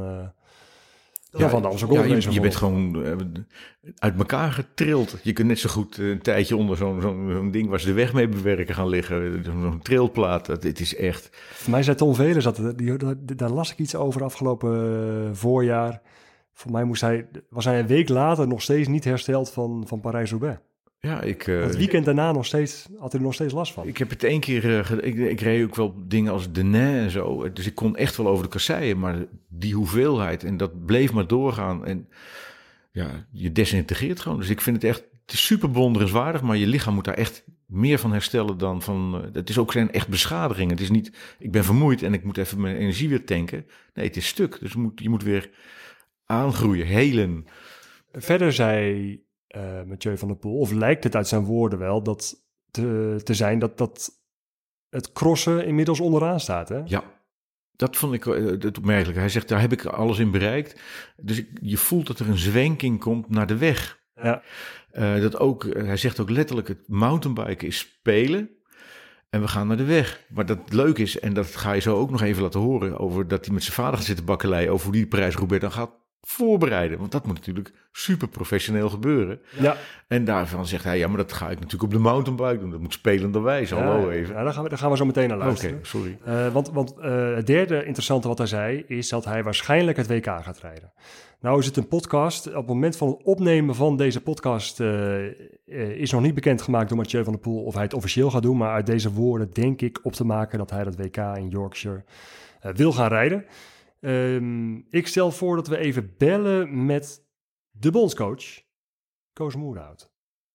van de Amstel Gold Race. Je bent gewoon uit elkaar getrild. Je kunt net zo goed een tijdje onder zo'n ding waar ze de weg mee bewerken gaan liggen. Zo'n trilplaat. Het is echt... Voor mij zei Tom Velers, daar las ik iets over afgelopen voorjaar. Voor mij was hij een week later nog steeds niet hersteld van Parijs-Roubaix. Ja, het weekend daarna had hij er nog steeds last van. Ik heb het 1 keer... ik reed ook wel dingen als de Nez en zo. Dus ik kon echt wel over de kasseien. Maar die hoeveelheid, en dat bleef maar doorgaan. En ja, je desintegreert gewoon. Dus ik vind het echt... Het is super bewonderenswaardig, maar je lichaam moet daar echt meer van herstellen dan van... Het is ook zijn echt beschadiging. Het is niet, ik ben vermoeid en ik moet even mijn energie weer tanken. Nee, het is stuk. Dus je moet weer aangroeien, helen. Verder zei Mathieu van der Poel, of lijkt het uit zijn woorden wel, dat te zijn dat het crossen inmiddels onderaan staat, hè? Ja. Dat vond ik het opmerkelijk. Hij zegt, daar heb ik alles in bereikt. Dus je voelt dat er een zwenking komt naar de weg. Ja. Hij zegt ook letterlijk, het mountainbiken is spelen en we gaan naar de weg. Maar dat leuk is, en dat ga je zo ook nog even laten horen, over dat hij met zijn vader gaat zitten bakkeleien over hoe die Parijs-Roubaix dan gaat voorbereiden. Want dat moet natuurlijk super professioneel gebeuren. Ja. En daarvan zegt hij, ja, maar dat ga ik natuurlijk op de mountainbike doen. Dat moet spelenderwijs. Hallo even. Ja, daar gaan we zo meteen naar luisteren. Oké, sorry. Want het derde interessante wat hij zei, is dat hij waarschijnlijk het WK gaat rijden. Nou is het een podcast. Op het moment van het opnemen van deze podcast is nog niet bekendgemaakt door Mathieu van der Poel of hij het officieel gaat doen. Maar uit deze woorden denk ik op te maken dat hij dat WK in Yorkshire wil gaan rijden. Ik stel voor dat we even bellen met de bondscoach, Koos Moerhout.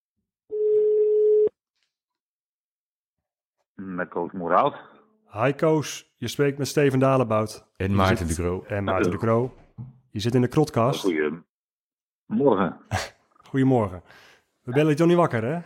Met Koos Moerhout. Hi Koos, je spreekt met Steven Dalebout. En Maarten de Croo. En Maarten de Croo. Je zit in de Krotkast. Goedemorgen. Goedemorgen. We bellen je toch niet wakker, hè?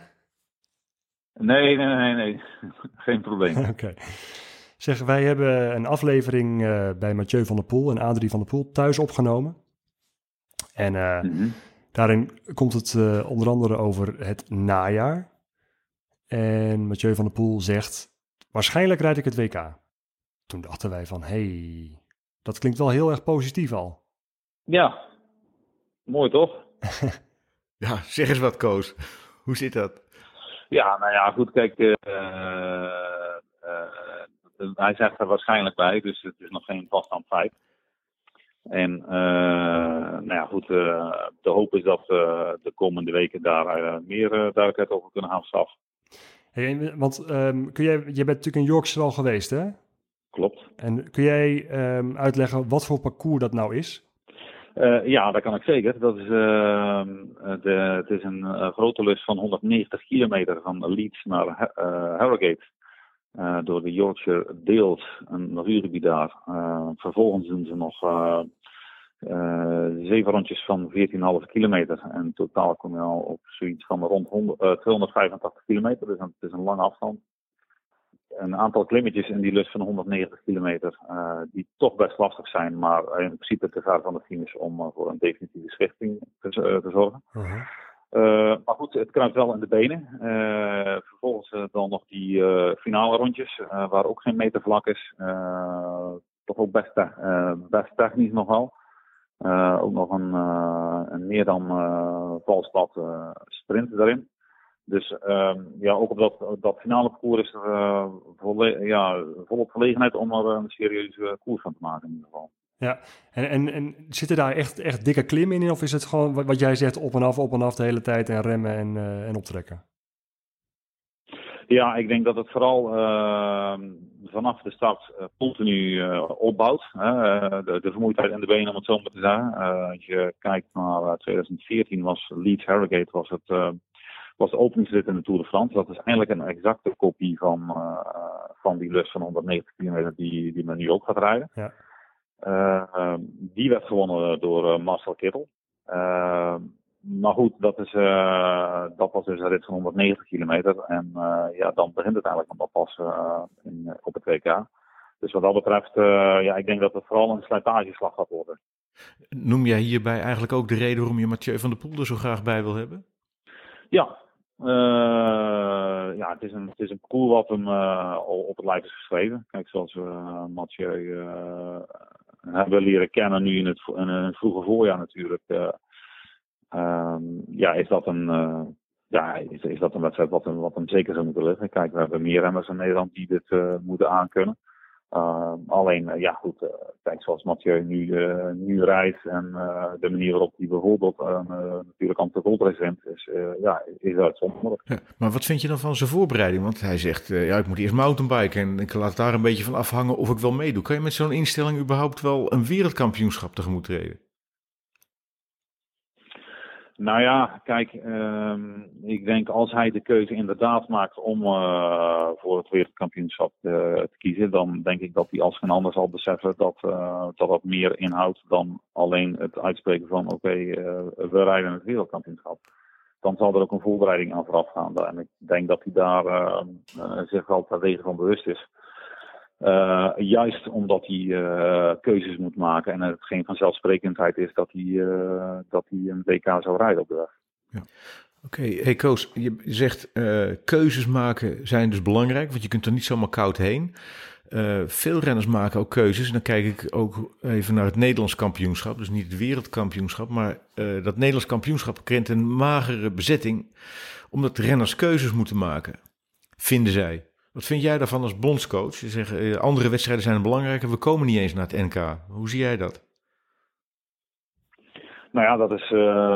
Nee. Geen probleem. Oké. Zeg, wij hebben een aflevering bij Mathieu van der Poel en Adrie van der Poel thuis opgenomen. En daarin komt het onder andere over het najaar. En Mathieu van der Poel zegt, waarschijnlijk rijd ik het WK. Toen dachten wij van, dat klinkt wel heel erg positief al. Ja, mooi toch? Ja, zeg eens wat, Koos. Hoe zit dat? Ja, nou ja, goed, kijk, hij zegt er waarschijnlijk bij, dus het is nog geen vaststaand feit. En nou ja, goed, de hoop is dat de komende weken daar meer duidelijkheid over kunnen gaan verschaffen. Hey, want je bent natuurlijk in Yorkshire al geweest, hè? Klopt. En kun jij uitleggen wat voor parcours dat nou is? Ja, dat kan ik zeker. Dat is, het is een grote lus van 190 kilometer van Leeds naar Harrogate. Door de Yorkshire Dales, een natuurgebied daar. Vervolgens doen ze nog 7 rondjes van 14,5 kilometer. En totaal kom je al op zoiets van rond 285 kilometer. Dus het is een lange afstand. Een aantal klimmetjes in die lus van 190 kilometer, die toch best lastig zijn, maar in principe te ver van de finish om voor een definitieve schichting te zorgen. Maar goed, het kruipt wel in de benen. Vervolgens dan nog die finale rondjes, waar ook geen meter vlak is. Toch ook best technisch nogal. Ook nog een meer dan valspad sprint daarin. Dus ja, ook op dat finale parcours is er volop gelegenheid om er een serieuze koers van te maken in ieder geval. Ja, en zitten daar echt dikke klimmen in? Of is het gewoon wat jij zegt op en af de hele tijd en remmen en optrekken? Ja, ik denk dat het vooral vanaf de start continu opbouwt. De vermoeidheid in de benen, om het zo maar te zeggen. Als je kijkt naar 2014 was Leeds Harrogate was de openingsrit in de Tour de France. Dat is eigenlijk een exacte kopie van die lus van 190 kilometer die men nu ook gaat rijden. Ja. Die werd gewonnen door Marcel Kittel. Maar goed, dat was dus een rit van 190 kilometer. En ja, dan begint het eigenlijk nog pas op het WK. Dus wat dat betreft, ja, ik denk dat het vooral een slijtageslag gaat worden. Noem jij hierbij eigenlijk ook de reden waarom je Mathieu van der Poel er zo graag bij wil hebben? Ja, ja, het is een parcours wat hem al op het lijf is geschreven. Kijk, zoals we Mathieu hebben leren kennen nu in het vroege voorjaar natuurlijk. Ja, is dat een wedstrijd wat hem zeker zou moeten liggen. Kijk, we hebben meer remmers in Nederland die dit moeten aankunnen. Alleen, ja goed, kijk, zoals Mathieu nu rijdt en de manier waarop hij bijvoorbeeld natuurlijk aan het ultra is uitzonderlijk. Ja, maar wat vind je dan van zijn voorbereiding? Want hij zegt, ja, ik moet eerst mountainbiken en ik laat daar een beetje van afhangen of ik wel meedoe. Kan je met zo'n instelling überhaupt wel een wereldkampioenschap tegemoet treden? Nou ja, kijk, ik denk als hij de keuze inderdaad maakt om voor het wereldkampioenschap te kiezen, dan denk ik dat hij als geen ander zal beseffen dat meer inhoudt dan alleen het uitspreken van oké, we rijden het wereldkampioenschap. Dan zal er ook een voorbereiding aan vooraf gaan. En ik denk dat hij daar zich wel terdege van bewust is. Juist omdat hij keuzes moet maken en het geen vanzelfsprekendheid is dat hij een WK zou rijden op de weg. Ja. Oké, hey Koos, je zegt keuzes maken zijn dus belangrijk, want je kunt er niet zomaar koud heen. Veel renners maken ook keuzes. En dan kijk ik ook even naar het Nederlands kampioenschap. Dus niet het wereldkampioenschap, maar dat Nederlands kampioenschap kent een magere bezetting, omdat renners keuzes moeten maken, vinden zij. Wat vind jij daarvan als bondscoach? Je zegt, andere wedstrijden zijn belangrijker, we komen niet eens naar het NK. Hoe zie jij dat? Nou ja, dat is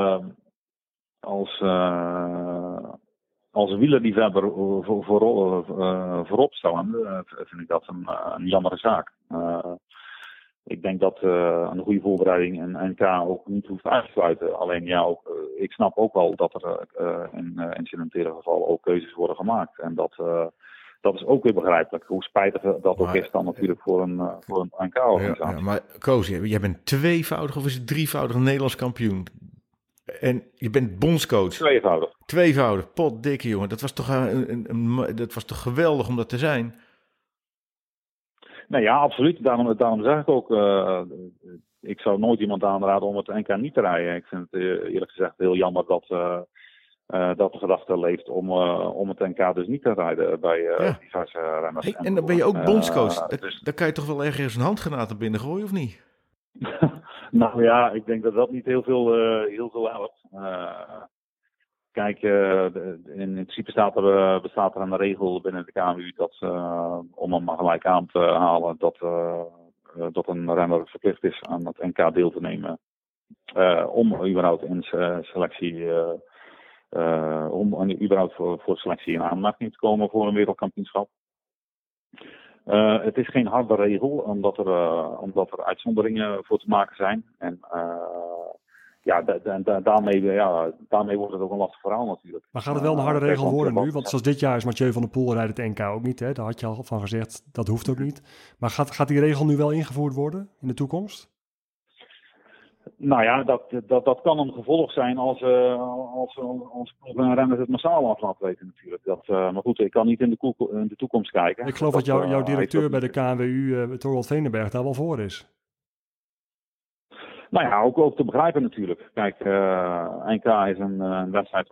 als wielerliefhebber voorop staan, vind ik dat een jammere zaak. Ik denk dat een goede voorbereiding een NK ook niet hoeft uit te sluiten. Alleen ja, ik snap ook wel dat er in incidentele gevallen ook keuzes worden gemaakt. En dat is ook weer begrijpelijk. Hoe spijtig dat ook is dan natuurlijk voor een NK-organisatie. Ja, maar Koos, jij bent tweevoudig of is het drievoudig Nederlands kampioen? En je bent bondscoach. Tweevoudig. Potdikke jongen. Dat was toch geweldig om dat te zijn? Nou ja, absoluut. Daarom zeg ik ook, ik zou nooit iemand aanraden om het NK niet te rijden. Ik vind het eerlijk gezegd heel jammer dat de gedachte leeft om het NK dus niet te rijden bij diverse renners. Hey, en dan ben je ook bondscoach. Daar kan je toch wel ergens een handgranaat binnen gooien, of niet? Nou ja, ik denk dat dat niet heel veel helpt. Kijk, in principe bestaat er een regel binnen de KMU dat, om hem maar gelijk aan te halen, dat een renner verplicht is aan het NK deel te nemen. Om überhaupt in selectie, voor selectie in aanmerking te komen voor een wereldkampioenschap. Het is geen harde regel, omdat er uitzonderingen voor te maken zijn. En daarmee wordt het ook een lastig verhaal natuurlijk. Maar gaat het wel een harde regel worden nu? Want zoals dit jaar is Mathieu van der Poel rijdt het NK ook niet. Hè? Daar had je al van gezegd, dat hoeft ook niet. Maar gaat die regel nu wel ingevoerd worden in de toekomst? Nou ja, dat kan een gevolg zijn als renners het massaal af laten weten natuurlijk. Maar goed, ik kan niet in de toekomst kijken. Ik geloof dat jouw directeur bij de KNWU, Thorwald Veenenberg, daar wel voor is. Nou ja, ook te begrijpen natuurlijk. Kijk, NK is een wedstrijd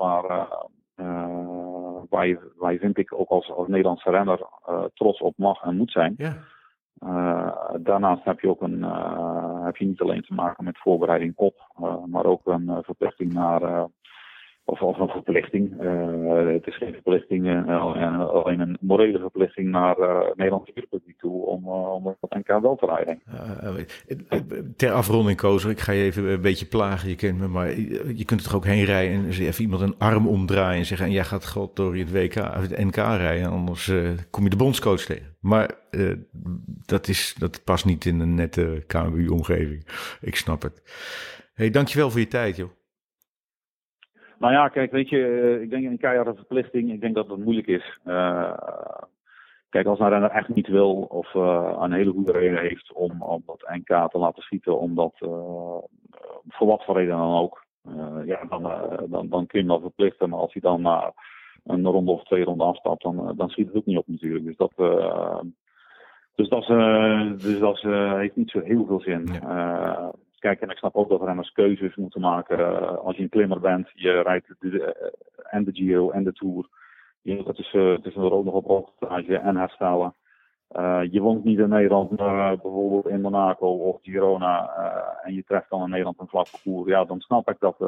waar je vind ik ook als Nederlandse renner trots op mag en moet zijn. Ja. Daarnaast heb je niet alleen te maken met voorbereiding op, maar ook een verplichting naar, of een verplichting. Het is geen verplichting, alleen een morele verplichting naar Nederlandse wielerpubliek toe om het NK wel te rijden. Ter afronding, Koos, ik ga je even een beetje plagen, je kent me, maar je kunt er toch ook heen rijden en even iemand een arm omdraaien en zeggen, en jij gaat god door het NK rijden, anders kom je de bondscoach tegen. Maar dat past niet in een nette KMU-omgeving. Ik snap het. Hey, dankjewel voor je tijd, joh. Nou ja, kijk, weet je, ik denk een keiharde verplichting. Ik denk dat het moeilijk is. Kijk, als een renner echt niet wil of een hele goede reden heeft om dat NK te laten schieten, omdat voor wat voor reden dan ook, dan kun je hem wel verplichten. Maar als hij dan na een ronde of 2 ronden afstapt, dan schiet het ook niet op natuurlijk. Dus dat heeft niet zo heel veel zin. Ja. Kijk, en ik snap ook dat renners keuzes moeten maken. Als je een klimmer bent, je rijdt en de Giro en de Tour. Je moet tussen er ook nog op hoogtestage en herstellen. Je woont niet in Nederland, maar bijvoorbeeld in Monaco of Girona. En je treft dan in Nederland een vlak parcours. Ja, dan snap ik dat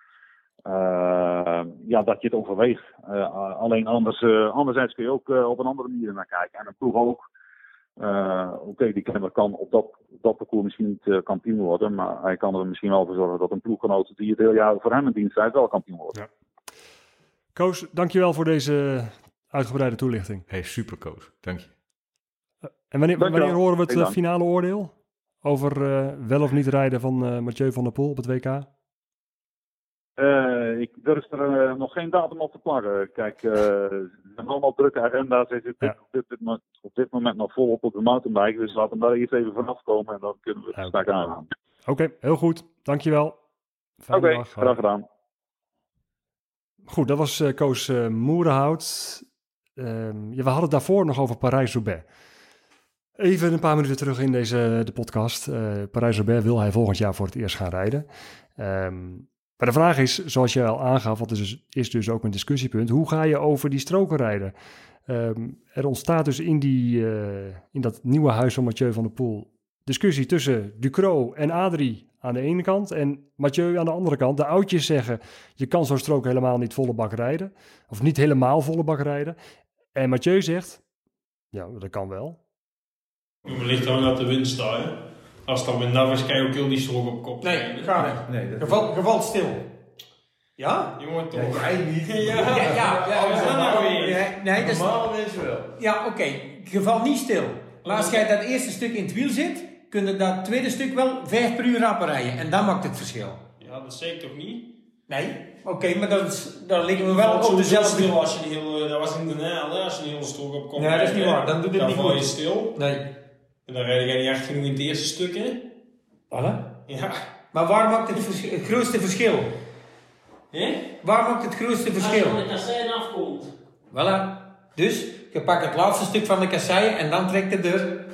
je het overweegt. Alleen anderzijds kun je ook op een andere manier naar kijken. En een ploeg ook. Oké, die klimmer kan op dat parcours misschien niet kampioen worden, maar hij kan er misschien wel voor zorgen dat een ploeggenoot die het heel jaar voor hem in dienst rijdt wel kampioen wordt. Ja. Koos, dankjewel voor deze uitgebreide toelichting. Hey, super Koos, dank je. En wanneer horen we het finale oordeel over wel of niet rijden van Mathieu van der Poel op het WK? Ik durf er nog geen datum op te plakken. Kijk, er zijn allemaal drukke agenda's. Hij zit op dit moment nog volop op de mountainbike. Dus laten we daar eerst even vanaf komen en dan kunnen we het gesprek aangaan. Oké, heel goed. Dankjewel. Oké, graag gedaan. Goed, dat was Koos Moerenhout. We hadden het daarvoor nog over Parijs-Roubaix. Even een paar minuten terug in de podcast. Parijs-Roubaix wil hij volgend jaar voor het eerst gaan rijden. Maar de vraag is, zoals je al aangaf, wat is dus ook een discussiepunt. Hoe ga je over die stroken rijden? Er ontstaat dus in dat nieuwe huis van Mathieu van der Poel discussie tussen Ducrot en Adrie aan de ene kant en Mathieu aan de andere kant. De oudjes zeggen, je kan zo'n strook helemaal niet volle bak rijden. Of niet helemaal volle bak rijden. En Mathieu zegt, ja, dat kan wel. Het ligt dan dat de wind staat, hè? Als het dan met naf is, kan je ook heel die strook op kop. Nee, ga niet. Nee, Geval stil. Ja? Jongen, toch? jij niet. Nee, dat is... Normale mensen wel. Ja, oké. Geval niet stil. Maar als jij dat eerste stuk in het wiel zit, kun je dat tweede stuk wel 5 per uur rapper rijden. En dat maakt het verschil. Ja, dat zeg ik toch niet? Nee? Oké, maar dan liggen we wel op dezelfde... Stil als je dat was in de Nijl, als je een hele strook op kop Nee, dat is niet waar. Dan doet het niet val je goed. stil. Nee. En dan rijd je niet echt genoeg in het eerste stuk, hè? Voilà. Ja. Maar waar maakt het grootste verschil? Hè? Waar maakt het grootste verschil? Als je van de kasseien afkomt. Voilà. Dus, je pakt het laatste stuk van de kasseien en dan trekt het er.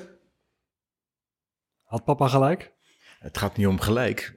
Had papa gelijk? Het gaat niet om gelijk.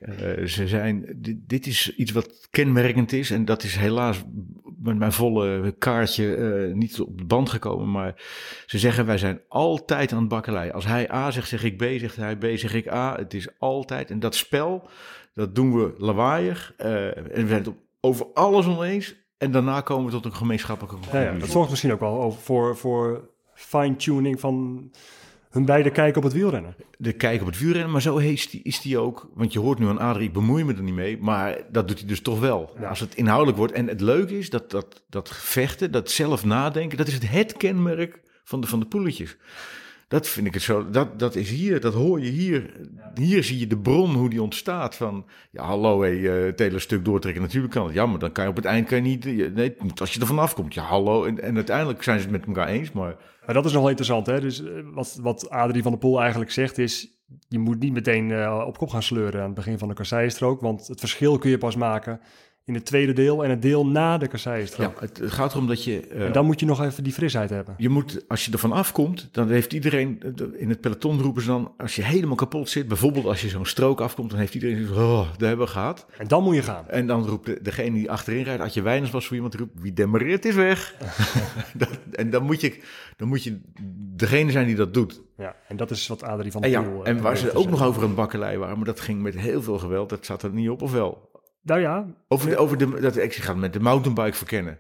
Dit is iets wat kenmerkend is. En dat is helaas met mijn volle kaartje niet op de band gekomen. Maar ze zeggen, wij zijn altijd aan het bakkelei. Als hij A zegt, zeg ik B. Zegt hij B, zeg ik A. Het is altijd. En dat spel, dat doen we lawaaiig. En we zijn het over alles oneens. En daarna komen we tot een gemeenschappelijke conclusie. Ja, dat zorgt misschien ook wel voor fine-tuning van hun beide kijken op het wielrennen. De kijk op het wielrennen, maar zo is die ook. Want je hoort nu aan Adrie, ik bemoei me er niet mee. Maar dat doet hij dus toch wel. Ja. Als het inhoudelijk wordt. En het leuke is dat vechten, dat zelf nadenken. Dat is het kenmerk van de poeletjes. Dat vind ik het zo. Dat is hier, dat hoor je hier. Ja. Hier zie je de bron, hoe die ontstaat. Van, ja hallo, het hele stuk doortrekken. Natuurlijk kan het. Ja, maar dan kan je op het eind niet. Nee, als je er vanaf komt. Ja hallo. En uiteindelijk zijn ze het met elkaar eens. Maar dat is nog wel interessant. Hè? Dus wat Adrie van der Poel eigenlijk zegt is, je moet niet meteen op kop gaan sleuren aan het begin van de kasseienstrook. Want het verschil kun je pas maken in het tweede deel en het deel na de kasseienstrook. Ja, het gaat erom dat je... en dan moet je nog even die frisheid hebben. Je moet, als je ervan afkomt, dan heeft iedereen... In het peloton roepen ze dan, als je helemaal kapot zit... Bijvoorbeeld als je zo'n strook afkomt, dan heeft iedereen gezegd... Oh, dat hebben we gehad. En dan moet je gaan. En dan roept degene die achterin rijdt... Adje Wijners was voor iemand die roept... Wie demareert is weg. En dan moet je degene zijn die dat doet. Ja, en dat is wat Adrie van der Poel... en waar ze ook nog over een bakkelei waren... Maar dat ging met heel veel geweld. Dat zat er niet op, of wel? Nou ja. Ik ga het met de mountainbike verkennen.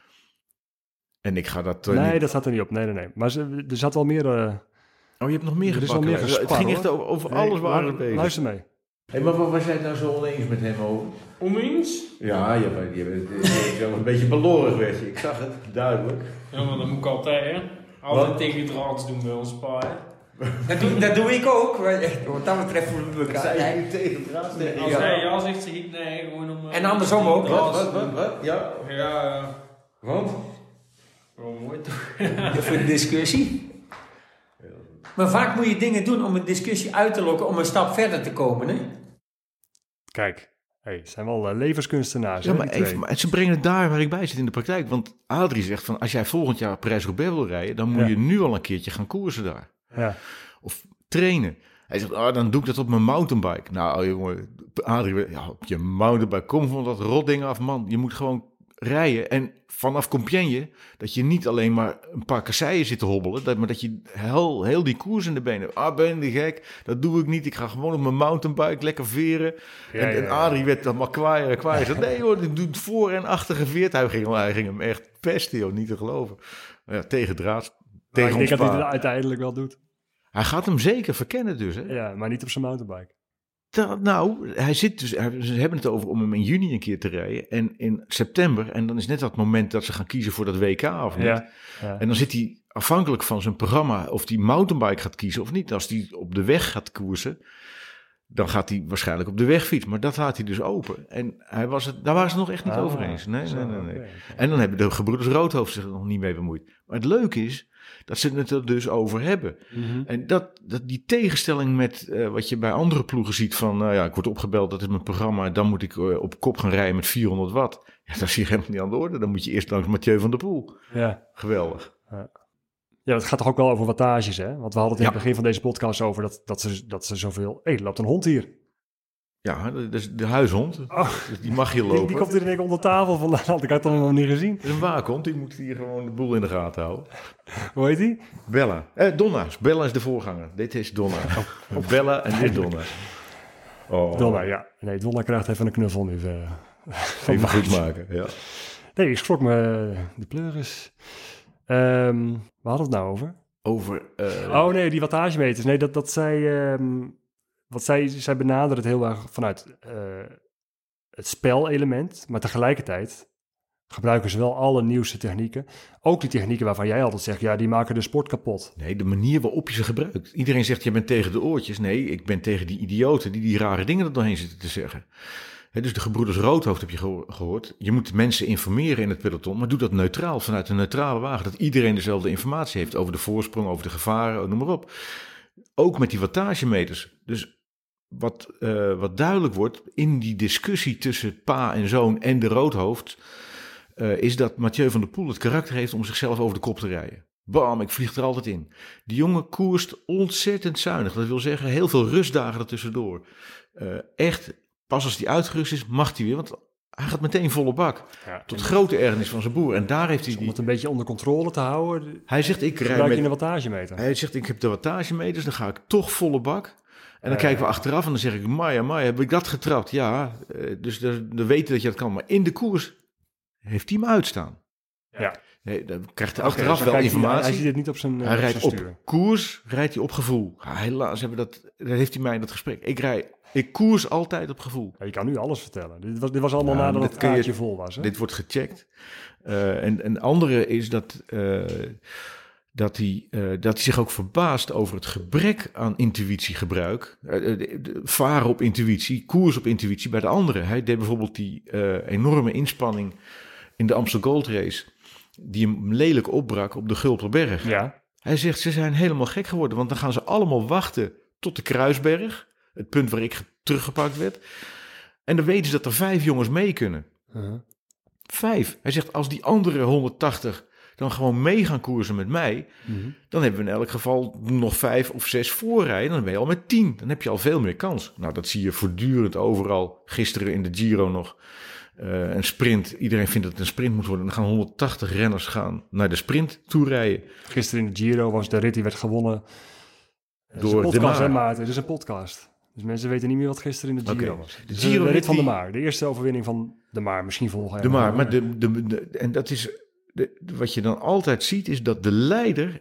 En ik ga dat... nee, dat zat er niet op. Nee. Maar er zat wel meer... je hebt nog meer gebakken. Het ging echt over alles waar we bezig. Luister mee. Hey, maar was jij het nou zo oneens met hem over? Oneens? Ja, je bent wel een beetje beloren werd je. Ik zag het, duidelijk. Ja, maar dat moet ik altijd, hè. Altijd tegen draads doen bij ons pa, hè. Dat doe ik ook. Wat dat betreft voelen we elkaar. Zei je tegen draad? Als hij ja zegt, zeg ik nee. Gewoon om, en andersom ook. Wat? Ja. Ja. Want? Wel mooi toch? Voor de discussie. Maar vaak moet je dingen doen om een discussie uit te lokken, om een stap verder te komen, hè? Kijk, het zijn wel levenskunstenaars. Ja, maar ze brengen het daar waar ik bij zit in de praktijk. Want Adrie zegt van, als jij volgend jaar Parijs-Roubaix wil rijden, dan moet je nu al een keertje gaan koersen daar. Ja. Of trainen. Hij zegt, dan doe ik dat op mijn mountainbike. Nou jongen, Adrie, op je mountainbike, kom van dat rotding af, man. Je moet gewoon rijden. En vanaf Compiègne, dat je niet alleen maar een paar kasseien zit te hobbelen, maar dat je heel die koers in de benen. Ben je gek? Dat doe ik niet. Ik ga gewoon op mijn mountainbike lekker veren. En Adrie werd dan maar kwaaier. Hij zei, nee hoor, ik doe het voor en achter geveerd. Hij ging hem echt pesten, joh, niet te geloven. Ja, tegen draad. Ik denk dat hij het uiteindelijk wel doet. Hij gaat hem zeker verkennen dus. Hè? Ja, maar niet op zijn mountainbike. Hij zit dus, ze hebben het over om hem in juni een keer te rijden. En in september, en dan is net dat moment dat ze gaan kiezen voor dat WK of niet. Ja. En dan zit hij afhankelijk van zijn programma of hij mountainbike gaat kiezen of niet. Als hij op de weg gaat koersen, dan gaat hij waarschijnlijk op de wegfiets. Maar dat laat hij dus open. En daar waren ze nog echt niet over eens. Nee. Okay. En dan hebben de gebroeders Roodhoofd zich er nog niet mee bemoeid. Maar het leuke is dat ze het er dus over hebben. Mm-hmm. En dat die tegenstelling met wat je bij andere ploegen ziet van... ik word opgebeld, dat is mijn programma... dan moet ik op kop gaan rijden met 400 watt. Ja, dat is hier helemaal niet aan de orde. Dan moet je eerst langs Mathieu van der Poel. Ja. Geweldig. Ja. Ja, het gaat toch ook wel over wattages, hè? Want we hadden het in het begin van deze podcast over dat ze zoveel... Hé, er loopt een hond hier. Ja, dat is de huishond. Dus die mag hier lopen. Die komt hier in één keer onder tafel vandaan. Ik had het nog niet gezien. Dat is een waakhond, die moet hier gewoon de boel in de gaten houden. Hoe heet die? Bella. Donna. Bella is de voorganger. Dit is Donna. Bella en dit is Donna. Oh. Donna, ja. Nee, Donna krijgt even een knuffel nu. Even goed maken, ja. Nee, ik schrok me de pleuris. Waar hadden we het nou over? Over... die wattagemeters. Nee, dat zij... wat zij benaderen het heel erg vanuit het spelelement, maar tegelijkertijd gebruiken ze wel alle nieuwste technieken. Ook die technieken waarvan jij altijd zegt, ja, die maken de sport kapot. Nee, de manier waarop je ze gebruikt. Iedereen zegt, je bent tegen de oortjes. Nee, ik ben tegen die idioten die rare dingen er doorheen zitten te zeggen. Dus de gebroeders Roodhoofd heb je gehoord. Je moet mensen informeren in het peloton, maar doe dat neutraal, vanuit een neutrale wagen. Dat iedereen dezelfde informatie heeft over de voorsprong, over de gevaren, noem maar op. Ook met die wattagemeters. Dus wat duidelijk wordt in die discussie tussen pa en zoon en de Roodhoofd, is dat Mathieu van der Poel het karakter heeft om zichzelf over de kop te rijden. Bam, ik vlieg er altijd in. Die jongen koerst ontzettend zuinig. Dat wil zeggen, heel veel rustdagen ertussendoor. Echt, pas als hij uitgerust is, mag hij weer, want hij gaat meteen volle bak. Ja, tot grote ergernis van zijn broer. En daar heeft hij om het een beetje onder controle te houden. Hij zegt, ik rij met een wattagemeter. Hij zegt, ik heb de wattagemeters, dan ga ik toch volle bak. En dan kijken we achteraf en dan zeg ik, Maya, heb ik dat getrapt? Ja, dus dan weten dat je dat kan. Maar in de koers heeft hij hem uitstaan. Ja. Nee, dan krijgt hij achteraf wel informatie. Hij ziet het niet op zijn Hij rijdt stuur. Op koers, rijdt hij op gevoel. Helaas heeft hij mij in dat gesprek. Ik koers altijd op gevoel. Ja, je kan nu alles vertellen. Dit was allemaal nadat het kaartje vol was. Hè? Dit wordt gecheckt. En andere is dat hij zich ook verbaast over het gebrek aan intuïtiegebruik. Varen op intuïtie, koers op intuïtie bij de anderen. Hij deed bijvoorbeeld die enorme inspanning in de Amstel Gold Race, die hem lelijk opbrak op de Gulperberg. Ja. Hij zegt, ze zijn helemaal gek geworden, want dan gaan ze allemaal wachten tot de Kruisberg, het punt waar ik teruggepakt werd. En dan weten ze dat er 5 jongens mee kunnen. 5. Hij zegt, als die andere 180... dan gewoon mee gaan koersen met mij, dan hebben we in elk geval nog 5 of 6 voorrijden. Dan ben je al met 10. Dan heb je al veel meer kans. Nou, dat zie je voortdurend overal. Gisteren in de Giro nog een sprint. Iedereen vindt dat het een sprint moet worden. Dan gaan 180 renners naar de sprint toe rijden. Gisteren in de Giro was de rit die werd gewonnen door De Maar. Maarten. Het is een podcast. Dus mensen weten niet meer wat gisteren in de Giro was. De rit van De Maar. De eerste overwinning van De Maar. Misschien volgen. De Maar. Maar en dat is... wat je dan altijd ziet is dat de leider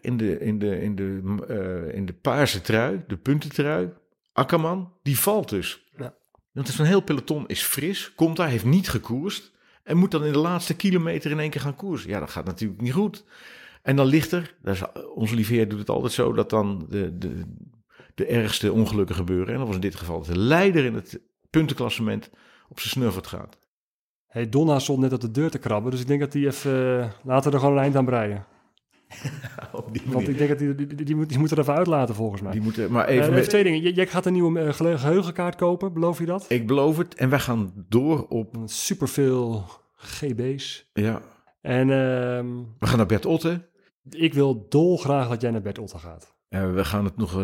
in de paarse trui, de puntentrui, Akkerman, die valt dus. Ja. Want zo'n heel peloton is fris, komt daar, heeft niet gekoerst en moet dan in de laatste kilometer in één keer gaan koersen. Ja, dat gaat natuurlijk niet goed. En dan ligt onze lieve heer doet het altijd zo, dat dan de ergste ongelukken gebeuren. En dat was in dit geval dat de leider in het puntenklassement op zijn snuffert gaat. Hey, Donna stond net op de deur te krabben, dus ik denk dat hij even... laten we er gewoon een eind aan breien. Want ik denk dat die moet er even uitlaten volgens mij. Die moeten, maar even 2 dingen. Jij gaat een nieuwe geheugenkaart kopen, beloof je dat? Ik beloof het. En wij gaan door op... Superveel GB's. Ja. En... we gaan naar Bert Otte. Ik wil dolgraag dat jij naar Bert Otte gaat. We gaan het nog...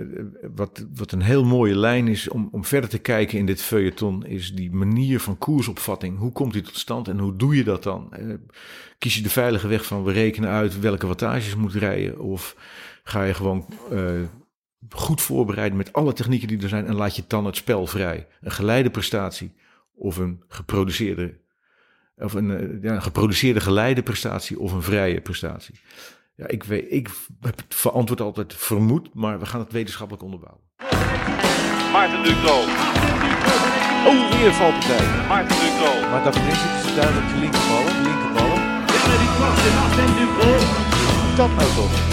wat een heel mooie lijn is om verder te kijken in dit feuilleton, is die manier van koersopvatting. Hoe komt die tot stand en hoe doe je dat dan? Kies je de veilige weg van we rekenen uit welke wattages moet rijden? Of ga je gewoon goed voorbereiden met alle technieken die er zijn en laat je dan het spel vrij? Een geleide prestatie of een geproduceerde geleide prestatie of een vrije prestatie? Ja, ik heb het verantwoord altijd vermoed, maar we gaan het wetenschappelijk onderbouwen. Maarten Duclos. Oh, weer valpartij. Maarten Duclos. Maar dat is het duidelijk de linkerballen. Dat nou toch.